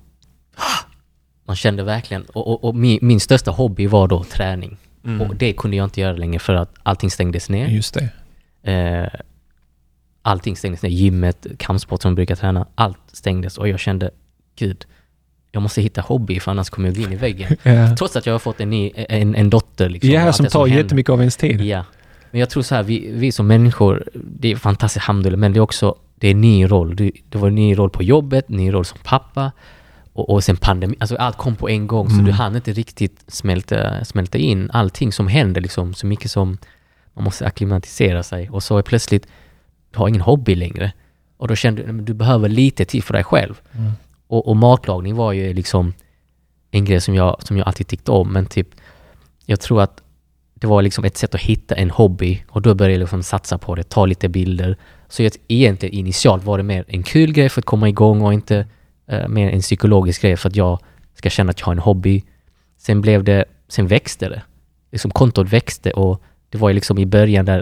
man kände verkligen, och, och, och min, min största hobby var då träning. Mm. Och det kunde jag inte göra längre för att allting stängdes ner. Just det. Eh, allting stängdes ner, gymmet, kampsport som jag brukar träna, allt stängdes och jag kände, gud, jag måste hitta hobby för annars kommer jag gå in i väggen. Ja. Trots att jag har fått en, en, en dotter. Liksom, ja, som tar som jättemycket av ens tid. Ja. Men jag tror så här, vi, vi som människor, det är fantastiskt hamdullah, men det är också, det är en ny roll. Det, det var en ny roll på jobbet, ny roll som pappa. Och, och sen pandemi, alltså allt kom på en gång, mm. så du hann inte riktigt smälta, smälta in allting som händer, liksom, så mycket som man måste akklimatisera sig. Och så är plötsligt, du har ingen hobby längre. Och då kände du, du behöver lite tid för dig själv. Mm. Och, och matlagning var ju liksom en grej som jag, som jag alltid tyckte om. Men typ, jag tror att det var liksom ett sätt att hitta en hobby. Och då började jag liksom satsa på det, ta lite bilder. Så jag, egentligen initialt var det mer en kul grej för att komma igång och inte uh, mer en psykologisk grej för att jag ska känna att jag har en hobby. Sen blev det, sen växte det. Liksom kontot växte och det var ju liksom i början där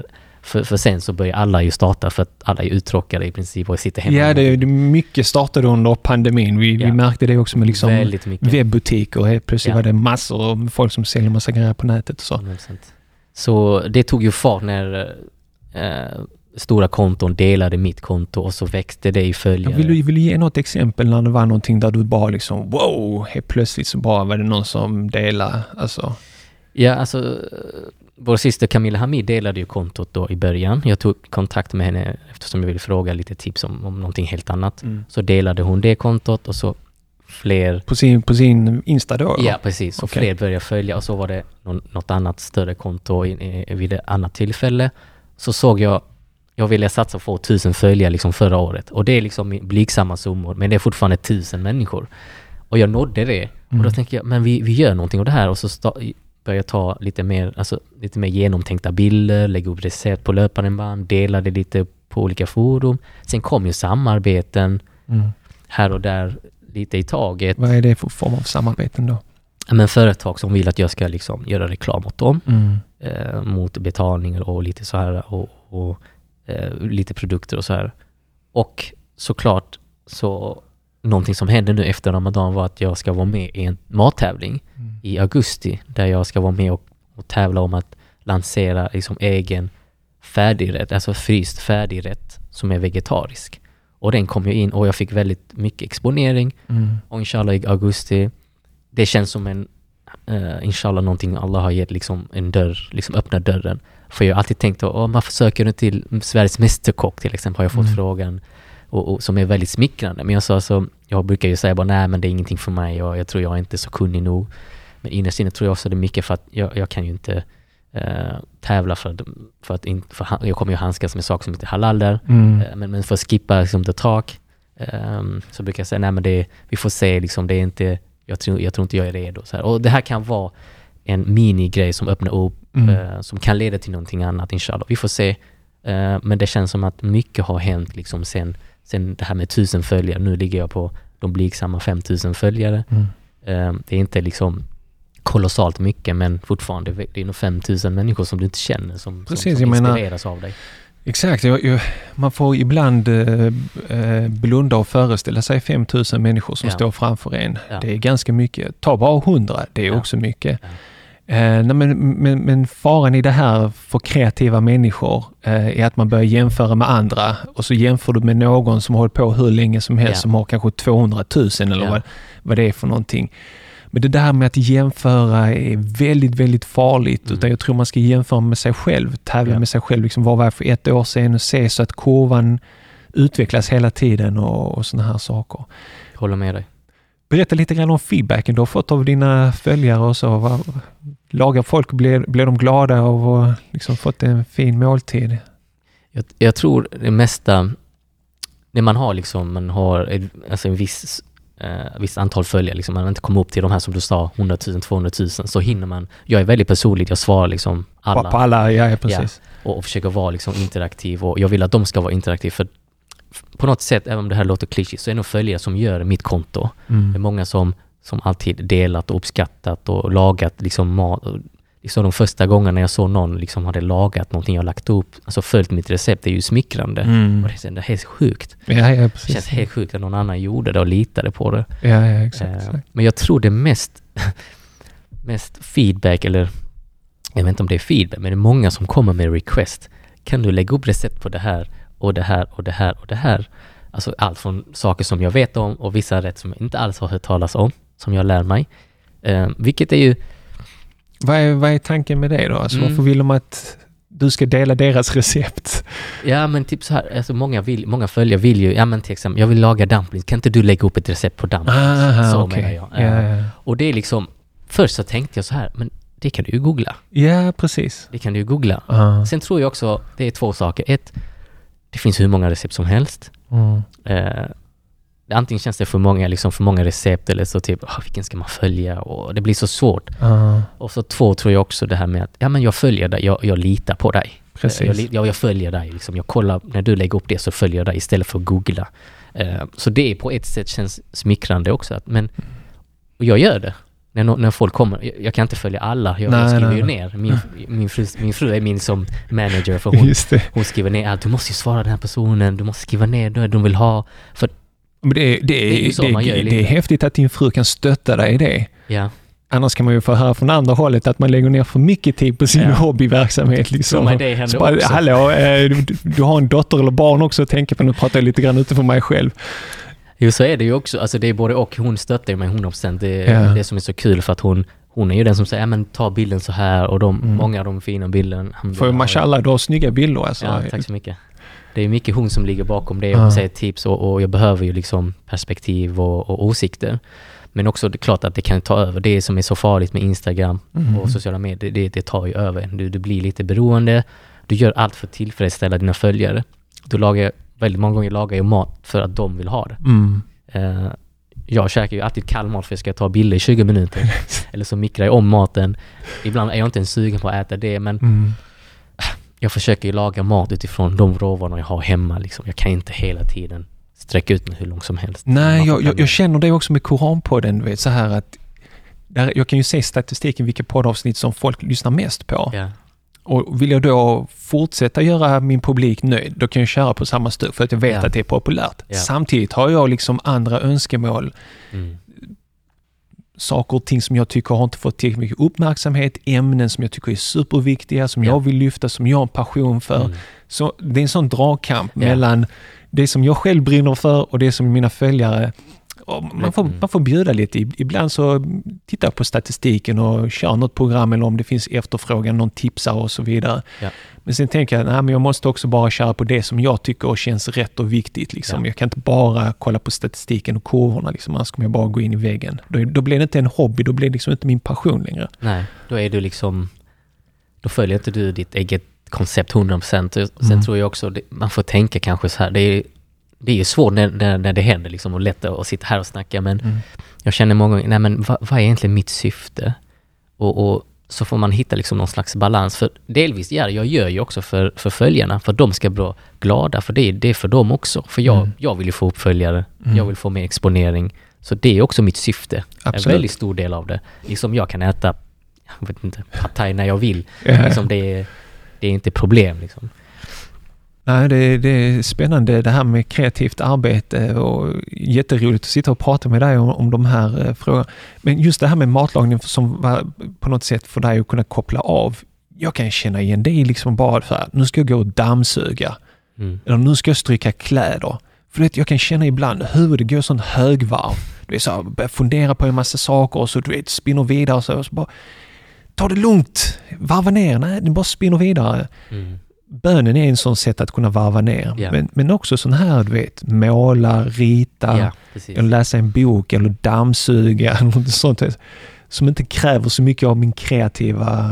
För, för sen så börjar alla ju starta för att alla är uttråkade i princip och sitter hemma. Ja, det är mycket startade under pandemin. Vi, ja. vi märkte det också med liksom webbutiker. Helt plötsligt ja. var det massor av folk som säljer massa grejer på nätet och så. hundra procent. Så det tog ju fart när eh, stora konton delade mitt konto och så växte det i följare. Jag vill, du, vill du ge något exempel när det var någonting där du bara liksom, wow, helt plötsligt så bara var det någon som delade, alltså... Ja, alltså vår syster Camilla Hamid delade ju kontot då i början. Jag tog kontakt med henne eftersom jag ville fråga lite tips om, om någonting helt annat. Mm. Så delade hon det kontot och så fler... På sin, på sin Insta då? Eller? Ja, precis. Så okay. Fler började följa och så var det någon, något annat större konto i, i, vid ett annat tillfälle. Så såg jag, jag ville satsa på tusen följare liksom förra året. Och det är liksom blygsamma summor, men det är fortfarande tusen människor. Och jag nådde det. Mm. Och då tänker jag, men vi, vi gör någonting av det här och så... Sta- börja ta lite mer, alltså, lite mer genomtänkta bilder, lägga upp recept på löpande band, dela det lite på olika forum. Sen kom ju samarbeten mm. här och där lite i taget. Vad är det för form av samarbeten då? Men företag som vill att jag ska liksom göra reklam åt dem. Mm. Eh, mot betalningar och lite så här och, och eh, lite produkter och så här. Och såklart så någonting som hände nu efter Ramadan var att jag ska vara med i en mattävling mm. i augusti där jag ska vara med och, och tävla om att lansera liksom egen färdigrätt, alltså fryst färdigrätt som är vegetarisk. Och den kom ju in och jag fick väldigt mycket exponering mm. och inshallah i augusti det känns som en uh, inshallah någonting Allah har gett liksom en dörr, liksom öppna dörren. För jag har alltid tänkt att man försöker nu till Sveriges mästerkock till exempel har jag fått mm. frågan Och, och som är väldigt smickrande. Men jag sa så, jag brukar ju säga bara nej men det är ingenting för mig och jag tror jag är inte så kunnig nog. Men innerst inne tror jag också det är mycket för att jag, jag kan ju inte uh, tävla för, för att in, för, jag kommer ju handskas med saker som inte är halal där. Mm. Uh, men, men för att skippa liksom, the talk um, så brukar jag säga nej men det, vi får se liksom, det är inte, jag tror, jag tror inte jag är redo. Så här. Och det här kan vara en minigrej som öppnar upp mm. uh, som kan leda till någonting annat inshallah. Vi får se. Uh, men det känns som att mycket har hänt liksom sen Sen det här med tusen följare, nu ligger jag på de blygsamma femtusen följare. Mm. Uh, det är inte liksom kolossalt mycket, men fortfarande det är nog femtusen människor som du inte känner som, Precis, som, som inspireras menar, av dig. Exakt, jag, jag, man får ibland uh, blunda och föreställa sig femtusen människor som ja. står framför en. Ja. Det är ganska mycket. Ta bara hundra, det är ja. också mycket. Ja. Eh, nej, men, men, men faran i det här för kreativa människor eh, är att man börjar jämföra med andra och så jämför du med någon som har hållit på hur länge som helst yeah. som har kanske tvåhundratusen eller yeah. vad, vad det är för någonting. Men det där med att jämföra är väldigt, väldigt farligt mm. utan jag tror man ska jämföra med sig själv, tävla yeah. med sig själv, liksom vad var för ett år sedan och se så att kurvan utvecklas hela tiden och, och såna här saker. Jag håller med dig. Berätta lite grann om feedbacken du har fått av dina följare och så. Vad, lagar folk, blir, blir de glada och liksom fått en fin måltid? Jag, jag tror det mesta, när man har liksom, man har ett, alltså en viss, eh, viss antal följare, liksom, man inte kommer upp till de här som du sa, hundratusen, tvåhundratusen, så hinner man, jag är väldigt personlig, jag svarar liksom alla. På, på alla, ja, ja precis. Ja, och, och försöker vara liksom interaktiv och jag vill att de ska vara interaktiv för på något sätt, även om det här låter klyschigt, så är det nog följare som gör mitt konto. Mm. Det är många som, som alltid delat och uppskattat och lagat liksom mat. Liksom de första gångerna jag såg någon liksom hade lagat någonting jag lagt upp, alltså följt mitt recept, det är ju smickrande. Mm. Och det är, det är helt sjukt. Ja, ja, precis. Det känns helt sjukt att någon annan gjorde det och litade på det. Ja, ja exakt, eh, exakt. Men jag tror det mest, mest feedback, eller jag vet inte om det är feedback, men det är många som kommer med request. Kan du lägga upp recept på det här? Och det här och det här och det här. Alltså allt från saker som jag vet om och vissa rätt som jag inte alls har hört talas om, som jag lär mig. Eh, vilket är ju... Vad är, vad är tanken med det då? Alltså mm. varför vill de att du ska dela deras recept? Ja, men typ så här, alltså många, vill, många följare vill ju, ja men till exempel, jag vill laga dumplings, kan inte du lägga upp ett recept på dumplings? Aha, så okay. menar jag. Ja, ja. Och det är liksom, först så tänkte jag så här, men det kan du ju googla. Ja, precis. Det kan du ju googla. Uh. Sen tror jag också, det är två saker. Ett, det finns hur många recept som helst. Mm. Eh, antingen känns det för många, liksom för många recept eller så typ, oh, vilken ska man följa? Och det blir så svårt. Uh. Och så två tror jag också det här med att ja, men jag följer dig, jag, jag litar på dig. Precis. Jag, jag, jag följer dig. Liksom. Jag kollar, när du lägger upp det så följer jag dig istället för att googla. Eh, så det på ett sätt känns smickrande också. Att, men och jag gör det. när, när folk kommer, jag, jag kan inte följa alla, jag, nej, jag skriver nej, ju nej. ner. Min, min, fru, min fru är min som manager, för hon, hon skriver ner allt. Du måste ju svara den här personen, du måste skriva ner det de vill ha. För Men det är, det är, det är, så det, man gör det, lite. det är häftigt att din fru kan stötta dig i det. Ja. Annars kan man ju få höra från andra hållet att man lägger ner för mycket tid på sin Ja. hobbyverksamhet. Liksom. Men det händer bara, också. hallå, eh, du, du har en dotter eller barn också att tänka på. Nu pratar jag lite grann utifrån mig själv. Jo, så är det ju också. Alltså det är både och. Hon stöttar ju mig hundra procent. Det är Ja. det som är så kul, för att hon, hon är ju den som säger, ja, men ta bilden så här, och de, Mm. många av de fina bilderna. För mashallah, du har snygga bilder. Alltså. Ja, tack så mycket. Det är mycket hon som ligger bakom det och Ja. säger tips, och, och jag behöver ju liksom perspektiv och, och åsikter. Men också det är klart att det kan ta över. Det som är så farligt med Instagram Mm. och sociala medier, det, det tar ju över. Du, du blir lite beroende. Du gör allt för att tillfredsställa dina följare. Du lagar, väldigt många gånger lagar jag mat för att de vill ha det. Mm. Uh, jag käkar ju alltid kall mat för jag ska ta bilder i tjugo minuter. Eller så mikrar jag om maten. Ibland är jag inte ens sugen på att äta det, men Mm. jag försöker ju laga mat utifrån de råvaror jag har hemma. Liksom. Jag kan inte hela tiden sträcka ut mig hur långt som helst. Nej, jag, jag, jag känner det också med Koranpodden. Du vet, så här att där, jag kan ju se statistiken vilka poddavsnitt som folk lyssnar mest på. Ja. Och vill jag då fortsätta göra min publik nöjd, då kan jag köra på samma stuk för att jag vet Ja. att det är populärt. Ja. Samtidigt har jag liksom andra önskemål. Mm. Saker och ting som jag tycker har inte fått tillräckligt mycket uppmärksamhet, ämnen som jag tycker är superviktiga, som Ja. jag vill lyfta, som jag har en passion för. Mm. Så det är en sån dragkamp Ja. mellan det som jag själv brinner för och det som mina följare. Och man, får, Mm. man får bjuda lite. Ibland så tittar jag på statistiken och kör något program, eller om det finns efterfrågan, någon tipsar och så vidare. Ja. Men sen tänker jag, nej, men jag måste också bara köra på det som jag tycker och känns rätt och viktigt. Liksom. Ja. Jag kan inte bara kolla på statistiken och kurvorna, liksom. Annars kommer jag bara gå in i väggen. Då, då blir det inte en hobby, då blir det liksom inte min passion längre. Nej, då är du liksom, då följer inte du ditt eget koncept hundra procent. Sen Mm. tror jag också, det, man får tänka kanske så här, det är, det är ju svårt när, när, när det händer liksom, och lätt att sitta här och snacka, men Mm. jag känner många gånger, nej men vad, vad är egentligen mitt syfte? Och, och så får man hitta liksom någon slags balans, för delvis, ja, jag gör ju också för, för följarna, för att de ska bli glada, för det, det är för dem också, för jag, Mm. jag vill ju få upp följare, Mm. jag vill få mer exponering, så det är också mitt syfte, Absolut. en väldigt stor del av det. Liksom jag kan äta, jag vet inte, pad thai när jag vill, Ja. liksom det, är, det är inte problem liksom. Nej, det, det är spännande det här med kreativt arbete och jätteroligt att sitta och prata med dig om, om de här eh, frågorna. Men just det här med matlagning som var på något sätt för dig att kunna koppla av. Jag kan känna igen det är liksom bara så här, nu ska jag gå och dammsuga. Mm. Eller nu ska jag stryka kläder. För det, jag kan känna ibland huvudet går sån högvarv. Du är så här, börjar fundera på en massa saker och så du vet, spinner vidare och så, och så bara ta det lugnt, varva ner, nej, du bara spinner vidare. Mm. Bönen är en sån sätt att kunna varva ner. Ja. Men, men också sån här, du vet, måla, rita, Ja, precis. eller läsa en bok eller dammsuga eller något sånt som inte kräver så mycket av min kreativa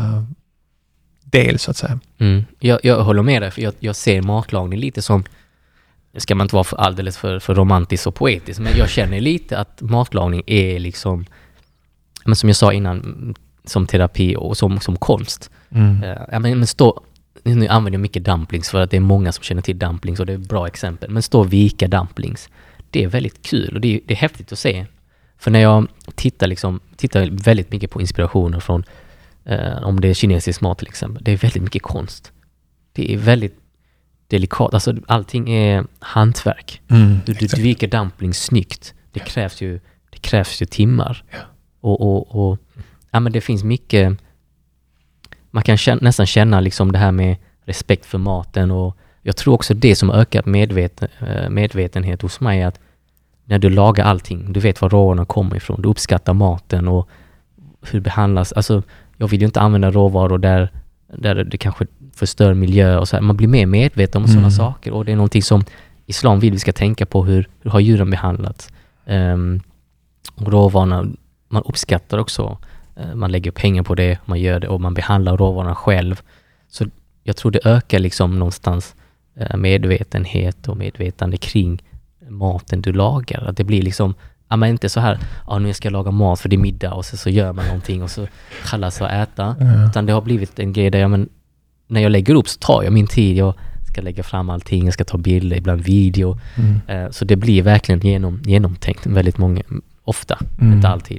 del, så att säga. Mm. Jag, jag håller med dig, för jag, jag ser matlagning lite som, nu ska man inte vara för alldeles för, för romantisk och poetisk, men jag känner lite att matlagning är liksom, men som jag sa innan, som terapi och som, som konst. Mm. Uh, ja, men, men stå, nu använder jag mycket dumplings för att det är många som känner till dumplings och det är ett bra exempel, men stå och vika dumplings, det är väldigt kul och det är, det är häftigt att se. För när jag tittar, liksom, tittar väldigt mycket på inspirationer från uh, om det är kinesisk mat till exempel, det är väldigt mycket konst. Det är väldigt delikat, alltså allting är hantverk. Mm, Du, du, du viker dumplings snyggt. Det krävs ju, det krävs ju timmar. Ja. Och, och, och ja, men det finns mycket, man kan känna, nästan känna liksom det här med respekt för maten, och jag tror också det som ökar medveten, medvetenhet hos mig är att när du lagar allting, du vet var råvarorna kommer ifrån, du uppskattar maten och hur det behandlas. Alltså, jag vill ju inte använda råvaror där, där det kanske förstör miljö och så här. Man blir mer medveten om Mm. sådana saker, och det är någonting som islam vill vi ska tänka på, hur, hur har djuren behandlats. Um, och råvarorna, man uppskattar också, uh, man lägger pengar på det, man gör det och man behandlar råvarorna själv. Så jag tror det ökar liksom någonstans uh, medvetenhet och medvetande kring maten du lagar. Att det blir liksom, ja, men inte så här, ja, nu ska jag laga mat för det är middag och så, så gör man någonting och så kallas och äta. Ja. Utan det har blivit en grej där jag, men, när jag lägger upp så tar jag min tid, jag ska lägga fram allting, jag ska ta bilder, ibland video. Mm. Eh, så det blir verkligen genom, genomtänkt väldigt många, ofta, Mm. inte alltid. Men.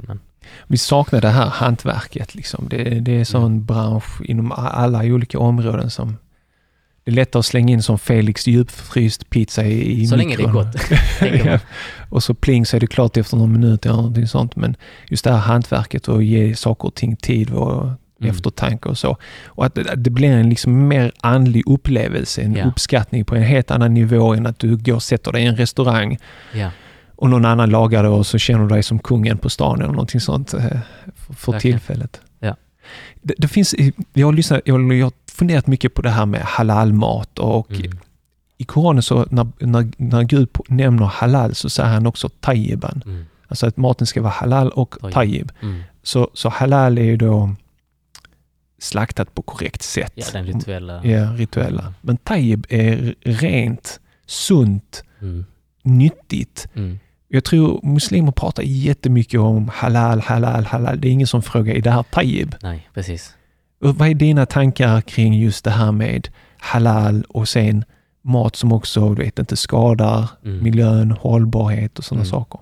Vi saknar det här hantverket. Liksom. Det, det är sån mm. bransch inom alla olika områden som det är lätt att slänga in som Felix djupfryst pizza i, i så mikron. länge det är gott. ja. Och så pling så är det klart efter någon minut eller någonting sånt. Men just det här hantverket och ge saker och ting tid och mm. eftertanke och så. Och att det, det blir en liksom mer andlig upplevelse, en ja. uppskattning på en helt annan nivå än att du går och sätter dig i en restaurang ja. och någon annan lagar det och så känner du dig som kungen på stan eller någonting sånt för, för tillfället. Ja. Det, det finns, jag har lyssnat, jag, jag har funderat mycket på det här med halalmat och mm. i Koranen så när, när, när Gud nämner halal så säger han också tayyiban. Mm. Alltså att maten ska vara halal och tayyib. Mm. Så, så halal är ju då slaktat på korrekt sätt. Ja, den rituella. Ja, rituella. Mm. Men tayyib är rent, sunt, mm. nyttigt. Mm. Jag tror muslimer pratar jättemycket om halal, halal, halal. Det är ingen som frågar, är det här tayyib? Nej, precis. Och vad är dina tankar kring just det här med halal och sen mat som också, du vet, inte skadar mm. miljön, hållbarhet och sådana mm. saker?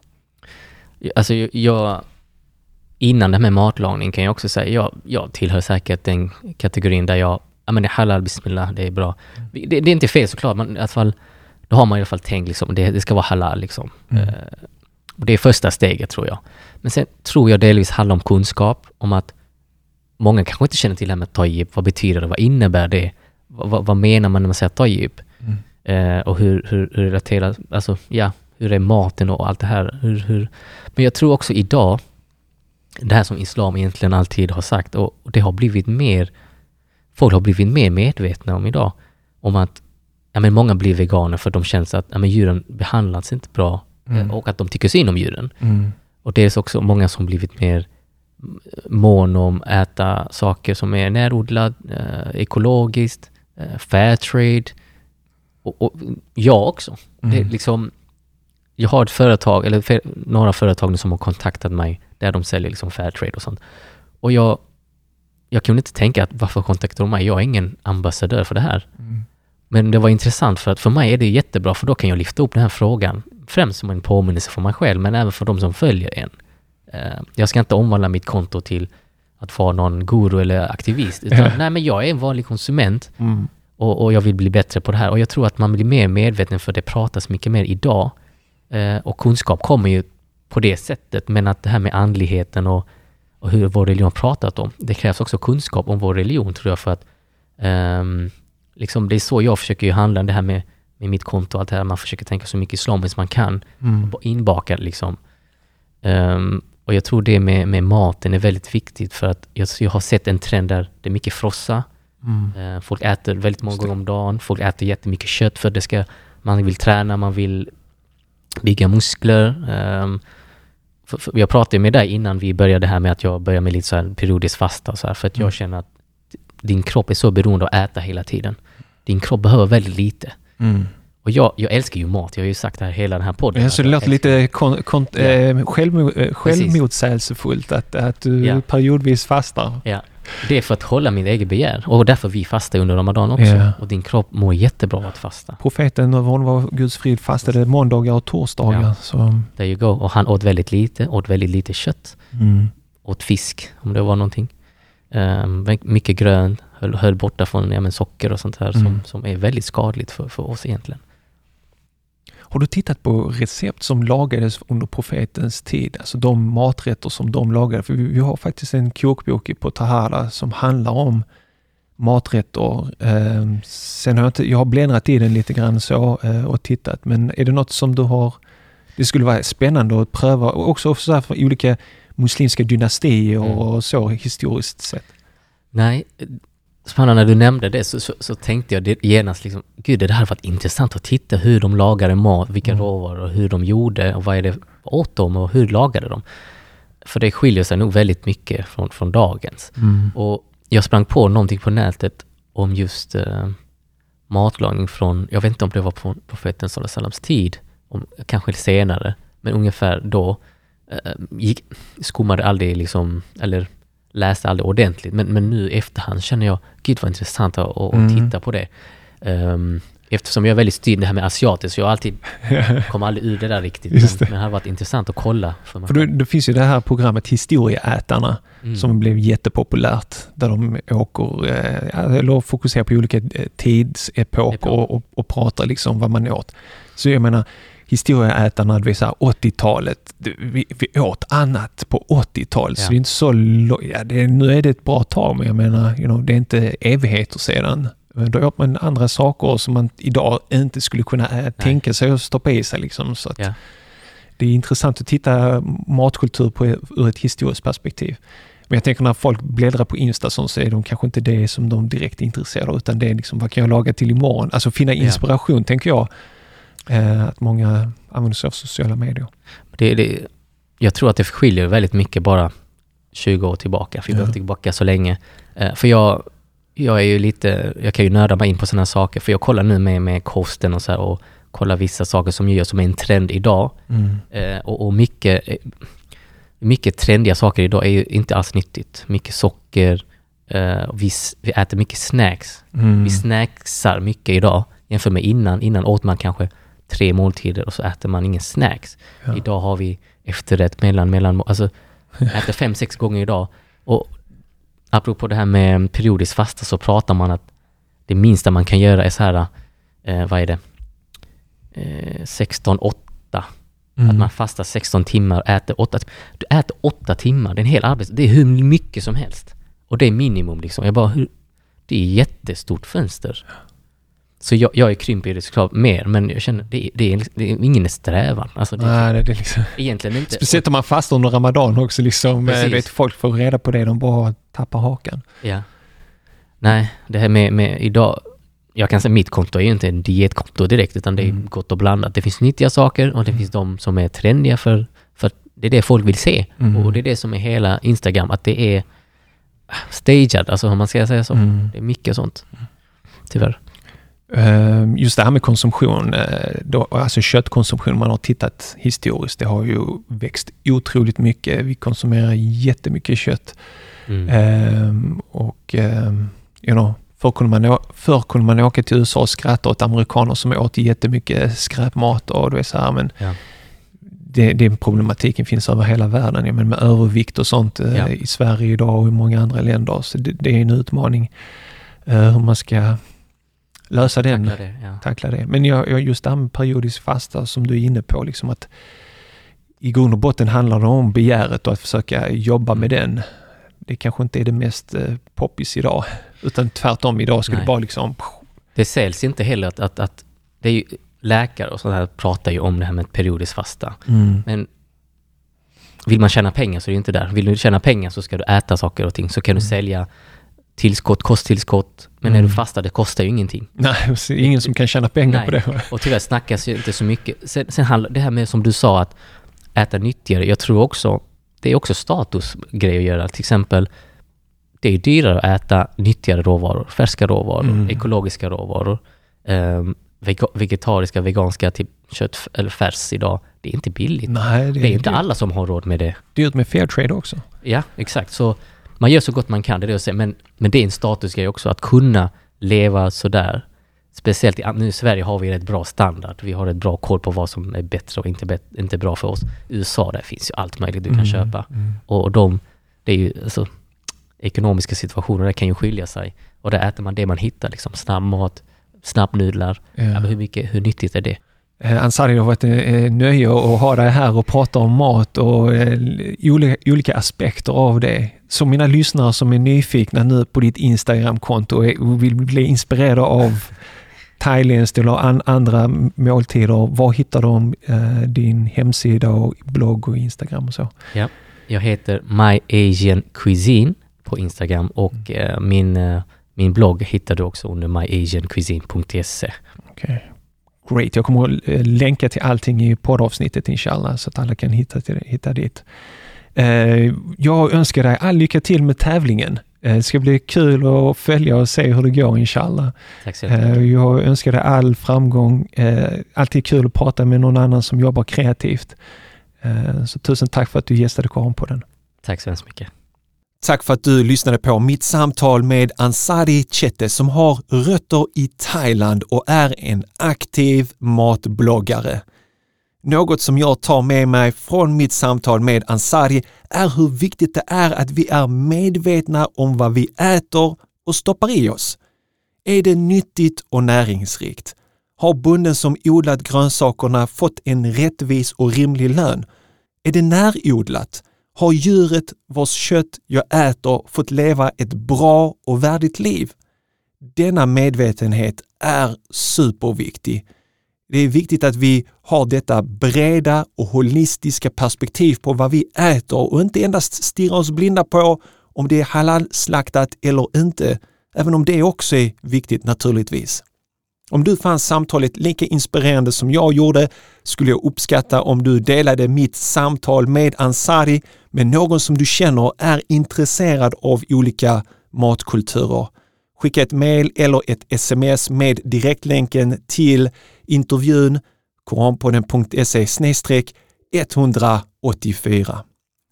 Alltså jag, innan det här med matlagning kan jag också säga, jag, jag tillhör säkert den kategorin där jag, ja men det är halal, bismillah, det är bra. Det, det är inte fel såklart, men i alla fall, då har man i alla fall tänkt liksom, det, det ska vara halal liksom. Mm. Uh, och det är första steget tror jag. Men sen tror jag delvis handlar om kunskap, om att många kanske inte känner till det här med tayyib. Vad betyder det? Vad innebär det? Vad, vad menar man när man säger tayyib? Mm. Uh, och hur, hur, hur relaterar, alltså ja, hur är maten och allt det här? Hur, hur... Men jag tror också idag, det här som islam egentligen alltid har sagt, och, och det har blivit mer, folk har blivit mer medvetna om idag, om att ja, men många blir veganer för de känner att ja, men djuren behandlas inte bra mm. och att de tycker synd om djuren. Mm. Och det är också många som blivit mer mån om äta saker som är närodlad, eh, ekologiskt, eh, fair trade. Och, och jag också. Mm. Det är liksom, jag har ett företag, eller för, några företag som har kontaktat mig där de säljer liksom fair trade och sånt. Och jag, jag kunde inte tänka att varför kontaktar de mig? Jag är ingen ambassadör för det här. Mm. Men det var intressant för att för mig är det jättebra, för då kan jag lyfta upp den här frågan främst som en påminnelse för mig själv, men även för de som följer en. Jag ska inte omvandla mitt konto till att vara någon guru eller aktivist, utan nej, men jag är en vanlig konsument mm. och, och jag vill bli bättre på det här. Och jag tror att man blir mer medveten, för det pratas mycket mer idag och kunskap kommer ju på det sättet, men att det här med andligheten och, och hur vår religion pratat om, det krävs också kunskap om vår religion tror jag, för att um, liksom, det är så jag försöker ju handla det här med, med mitt konto och allt det här. Man försöker tänka så mycket islamiskt man kan mm. inbaka liksom. Um, och jag tror det med, med maten är väldigt viktigt, för att jag, jag har sett en trend där det är mycket frossa. Mm. Uh, folk äter väldigt många gånger om dagen. Folk äter jättemycket kött för att det ska, man vill träna, man vill bygga muskler. Um, för, för jag pratade med dig innan vi började här med att jag börjar med lite så här periodiskt fasta och så här, för att jag mm. känner att din kropp är så beroende av att äta hela tiden. Din kropp behöver väldigt lite. Mm. Och jag, jag älskar ju mat. Jag har ju sagt det här hela den här podden. Ja, så det låter lite kon, kon, ja. eh, själv, självmotsägelsefullt att, att du ja. periodvis fastar. Ja, det är för att hålla min egen begär. Och därför vi fastar under Ramadan också. Ja. Och din kropp mår jättebra av att fasta. Profeten, när hon var Guds frid, fastade måndagar och torsdagar. Ja. Så. There you go. Och han åt väldigt lite. Åt väldigt lite kött. Mm. Åt fisk, om det var någonting. Um, mycket grönt. Höll, höll borta från ja, men socker och sånt här mm. som, som är väldigt skadligt för, för oss egentligen. Har du tittat på recept som lagades under profetens tid? Alltså de maträtter som de lagade. För vi, vi har faktiskt en kokbok på Tahara som handlar om maträtter. Eh, sen har jag, inte, jag har bläddrat i den lite grann så eh, och tittat. Men är det något som du har... Det skulle vara spännande att pröva. Och också så här för olika muslimska dynastier mm. och så historiskt sett. Nej, spännande när du nämnde det så, så, så tänkte jag genast liksom, gud det här varit intressant att titta hur de lagade mat, vilka mm. råvaror och hur de gjorde och vad är det åt dem och hur lagade de. För det skiljer sig nog väldigt mycket från, från dagens. Mm. Och jag sprang på någonting på nätet om just uh, matlagning från, jag vet inte om det var på profeten sallallahu alaihi wasallams tid, om, kanske senare, men ungefär då uh, gick, skummade aldrig liksom, eller läste aldrig ordentligt, men, men nu efterhand känner jag, gud vad intressant att, att mm. titta på det. Um, eftersom jag är väldigt styrd det här med asiatiskt, så jag alltid kommer aldrig ur det där riktigt. Men det. men det har varit intressant att kolla. För, mig. för det, det finns ju det här programmet Historieätarna mm. som blev jättepopulärt. Där de åker, eh, eller fokuserar på olika tidsepoker och, och, och pratar liksom vad man åt. Så jag menar, Historieätarna, det vill säga åttiotalet. Vi, vi åt annat på åttiotalet. Ja. Så det är inte så... Ja, det, nu är det ett bra tag, men jag menar, you know, det är inte evigheter sedan. Då åt man andra saker som man idag inte skulle kunna äh, tänka sig att stoppa i sig. Liksom. Så att ja. Det är intressant att titta matkultur på, ur ett historiskt perspektiv. Men jag tänker när folk bläddrar på Insta så är de kanske inte det som de direkt är intresserade av, utan det är liksom, vad kan jag laga till imorgon? Alltså finna inspiration, ja. tänker jag. Eh, att många använder sig av sociala medier. Det, det, jag tror att det skiljer väldigt mycket bara tjugo år tillbaka. För vi ja. behöver tillbaka så länge. Eh, för jag, jag är ju lite, jag kan ju nörda mig in på sådana saker. För jag kollar nu med, med kosten och så här, och kollar vissa saker som gör som är en trend idag. Mm. Eh, och, och mycket, mycket trendiga saker idag är ju inte alls nyttigt. Mycket socker. Eh, vi, vi äter mycket snacks. Mm. Vi snacksar mycket idag. Jämfört med innan. Innan åt man kanske tre måltider och så äter man ingen snacks. Ja. Idag har vi efterrätt mellan, mellan alltså äter fem, sex gånger idag. Och apropå det här med periodiskt fasta så pratar man att det minsta man kan göra är så här, eh, vad är det? Eh, sexton åtta. Mm. Att man fastar sexton timmar, äter åtta. Du äter åtta timmar, det är en hel arbets. Det är hur mycket som helst. Och det är minimum liksom. Jag bara, hur, det är ett jättestort fönster. Så jag, jag är krymper det såklart mer, men jag känner det, det, är, det är ingen strävan. Alltså det, Nej, det är liksom, egentligen inte. Speciellt om man fastar under Ramadan också. Liksom, vet, folk får reda på det, de bara tappar hakan. Ja. Nej, det här med, med idag, jag kan säga mitt konto är ju inte en dietkonto direkt, utan det är mm. gott och blandat. Det finns nyttiga saker och det mm. finns de som är trendiga för, för det är det folk vill se. Mm. Och det är det som är hela Instagram, att det är stagead, alltså om man ska säga så. Mm. Det är mycket sånt, tyvärr. Just det här med konsumtion, då, alltså köttkonsumtion, man har tittat historiskt, det har ju växt otroligt mycket. Vi konsumerar jättemycket kött. Mm. Um, och um, you know, förr kunde, man, förr kunde man åka till U S A och skratta åt amerikaner som åt jättemycket skräpmat och det är så här, men ja. det, det problematiken finns över hela världen, ja, men med övervikt och sånt ja. uh, i Sverige idag och i många andra länder, så det, det är en utmaning uh, hur man ska lösa den, tackla det, ja. tackla det. Men jag, jag just det här med periodisk fasta som du är inne på, liksom att i grund och botten handlar det om begäret och att försöka jobba med den. Det kanske inte är det mest eh, poppis idag, utan tvärtom idag ska Nej. det bara liksom... Det säljs inte heller att, att, att det är ju, läkare och sådär pratar ju om det här med periodisk fasta. Mm. Men vill man tjäna pengar så är det inte där. Vill du tjäna pengar så ska du äta saker och ting, så kan mm. du sälja tillskott, kosttillskott, men mm. när du fastar, det kostar ju ingenting. Nej, det är ingen som kan tjäna pengar Nej. på det. Och tyvärr snackas ju inte så mycket. Sen, sen handlar det här med, som du sa, att äta nyttigare. Jag tror också, det är också statusgrej att göra. Till exempel, det är dyrare att äta nyttigare råvaror, färska råvaror, mm. ekologiska råvaror, um, vegetariska, veganska, typ kött eller färs idag. Det är inte billigt. Nej, det är, det är inte dyrt. Alla som har råd med det. Dyrt med fair trade också. Ja, exakt. Så man gör så gott man kan, det är det att säga. Men, men det är en statusgrej också, att kunna leva sådär. Speciellt i, nu i Sverige har vi rätt bra standard. Vi har ett bra koll på vad som är bättre och inte, bet, inte bra för oss. I U S A, där finns ju allt möjligt du kan mm, köpa. Mm. Och de, det är ju alltså, ekonomiska situationer, det kan ju skilja sig. Och där äter man det man hittar, liksom snabbmat, snabbnudlar. Ja. Ja, hur, mycket, hur nyttigt är det? Ansari, det har varit en nöje att ha dig här och prata om mat och eh, olika, olika aspekter av det. Så mina lyssnare som är nyfikna nu på ditt Instagram-konto och vill bli inspirerade av thailändskt eller an, andra måltider, var hittar de eh, din hemsida och blogg och Instagram och så? Ja, jag heter My Asian Cuisine på Instagram och eh, min, eh, min blogg hittar du också under my asian cuisine punkt se. Okej. Okay. Great. Jag kommer att länka till allting i poddavsnittet inshallah så att alla kan hitta, till, hitta dit. Eh, jag önskar dig all lycka till med tävlingen. Eh, det ska bli kul att följa och se hur det går inshallah. Tack så mycket. Eh, jag önskar dig all framgång. Eh, alltid kul att prata med någon annan som jobbar kreativt. Eh, så tusen tack för att du gästade Koranpodden. Tack så hemskt mycket. Tack för att du lyssnade på mitt samtal med Ansari Chete som har rötter i Thailand och är en aktiv matbloggare. Något som jag tar med mig från mitt samtal med Ansari är hur viktigt det är att vi är medvetna om vad vi äter och stoppar i oss. Är det nyttigt och näringsrikt? Har bonden som odlat grönsakerna fått en rättvis och rimlig lön? Är det närodlat? Har djuret vars kött jag äter fått leva ett bra och värdigt liv? Denna medvetenhet är superviktig. Det är viktigt att vi har detta breda och holistiska perspektiv på vad vi äter och inte endast stirra oss blinda på om det är halal-slaktat eller inte, även om det också är viktigt naturligtvis. Om du fann samtalet lika inspirerande som jag gjorde skulle jag uppskatta om du delade mitt samtal med Ansari med någon som du känner är intresserad av olika matkulturer. Skicka ett mejl eller ett sms med direktlänken till intervjun koranpodden punkt se slash etthundraåttiofyra.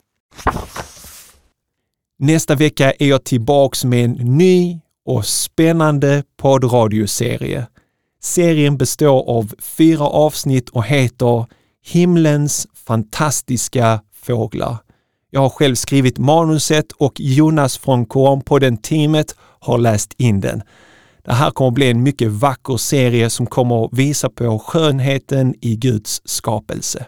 Nästa vecka är jag tillbaks med en ny och spännande poddradioserie. Serien består av fyra avsnitt och heter Himlens fantastiska fåglar. Jag har själv skrivit manuset och Jonas från Koranpodden-teamet har läst in den. Det här kommer att bli en mycket vacker serie som kommer att visa på skönheten i Guds skapelse.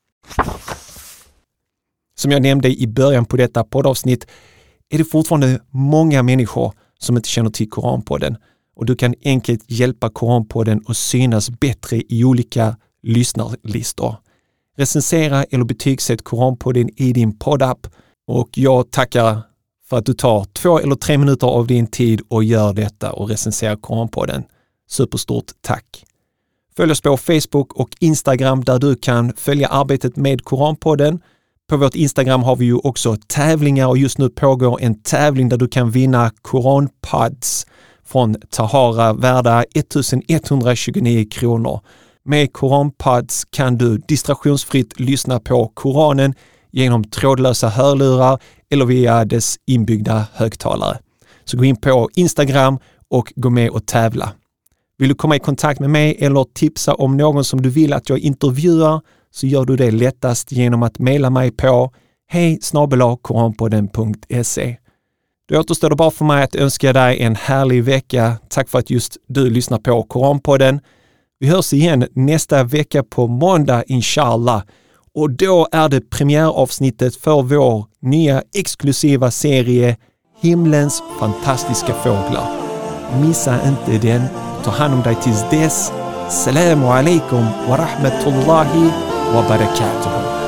Som jag nämnde i början på detta poddavsnitt är det fortfarande många människor som inte känner till Koranpodden och du kan enkelt hjälpa Koranpodden att synas bättre i olika lyssnarlistor. Recensera eller betygsätt Koranpodden i din poddapp och jag tackar för att du tar två eller tre minuter av din tid och gör detta och recenserar Koranpodden. Superstort tack! Följ oss på Facebook och Instagram där du kan följa arbetet med Koranpodden. På vårt Instagram har vi ju också tävlingar och just nu pågår en tävling där du kan vinna Koranpods från Tahara värda ettusenetthundratjugonio kronor. Med Koranpods kan du distraktionsfritt lyssna på Koranen genom trådlösa hörlurar eller via dess inbyggda högtalare. Så gå in på Instagram och gå med och tävla. Vill du komma i kontakt med mig eller tipsa om någon som du vill att jag intervjuar så gör du det lättast genom att mejla mig på hej snabel-a koranpodden punkt se. Då återstår det bara för mig att önska dig en härlig vecka. Tack för att just du lyssnar på Koranpodden. Vi hörs igen nästa vecka på måndag inshallah. Och då är det premiäravsnittet för vår nya exklusiva serie Himlens fantastiska fåglar. Missa inte den. Ta hand om dig tills dess. Assalamu alaikum wa rahmatullahi wa barakatuhu.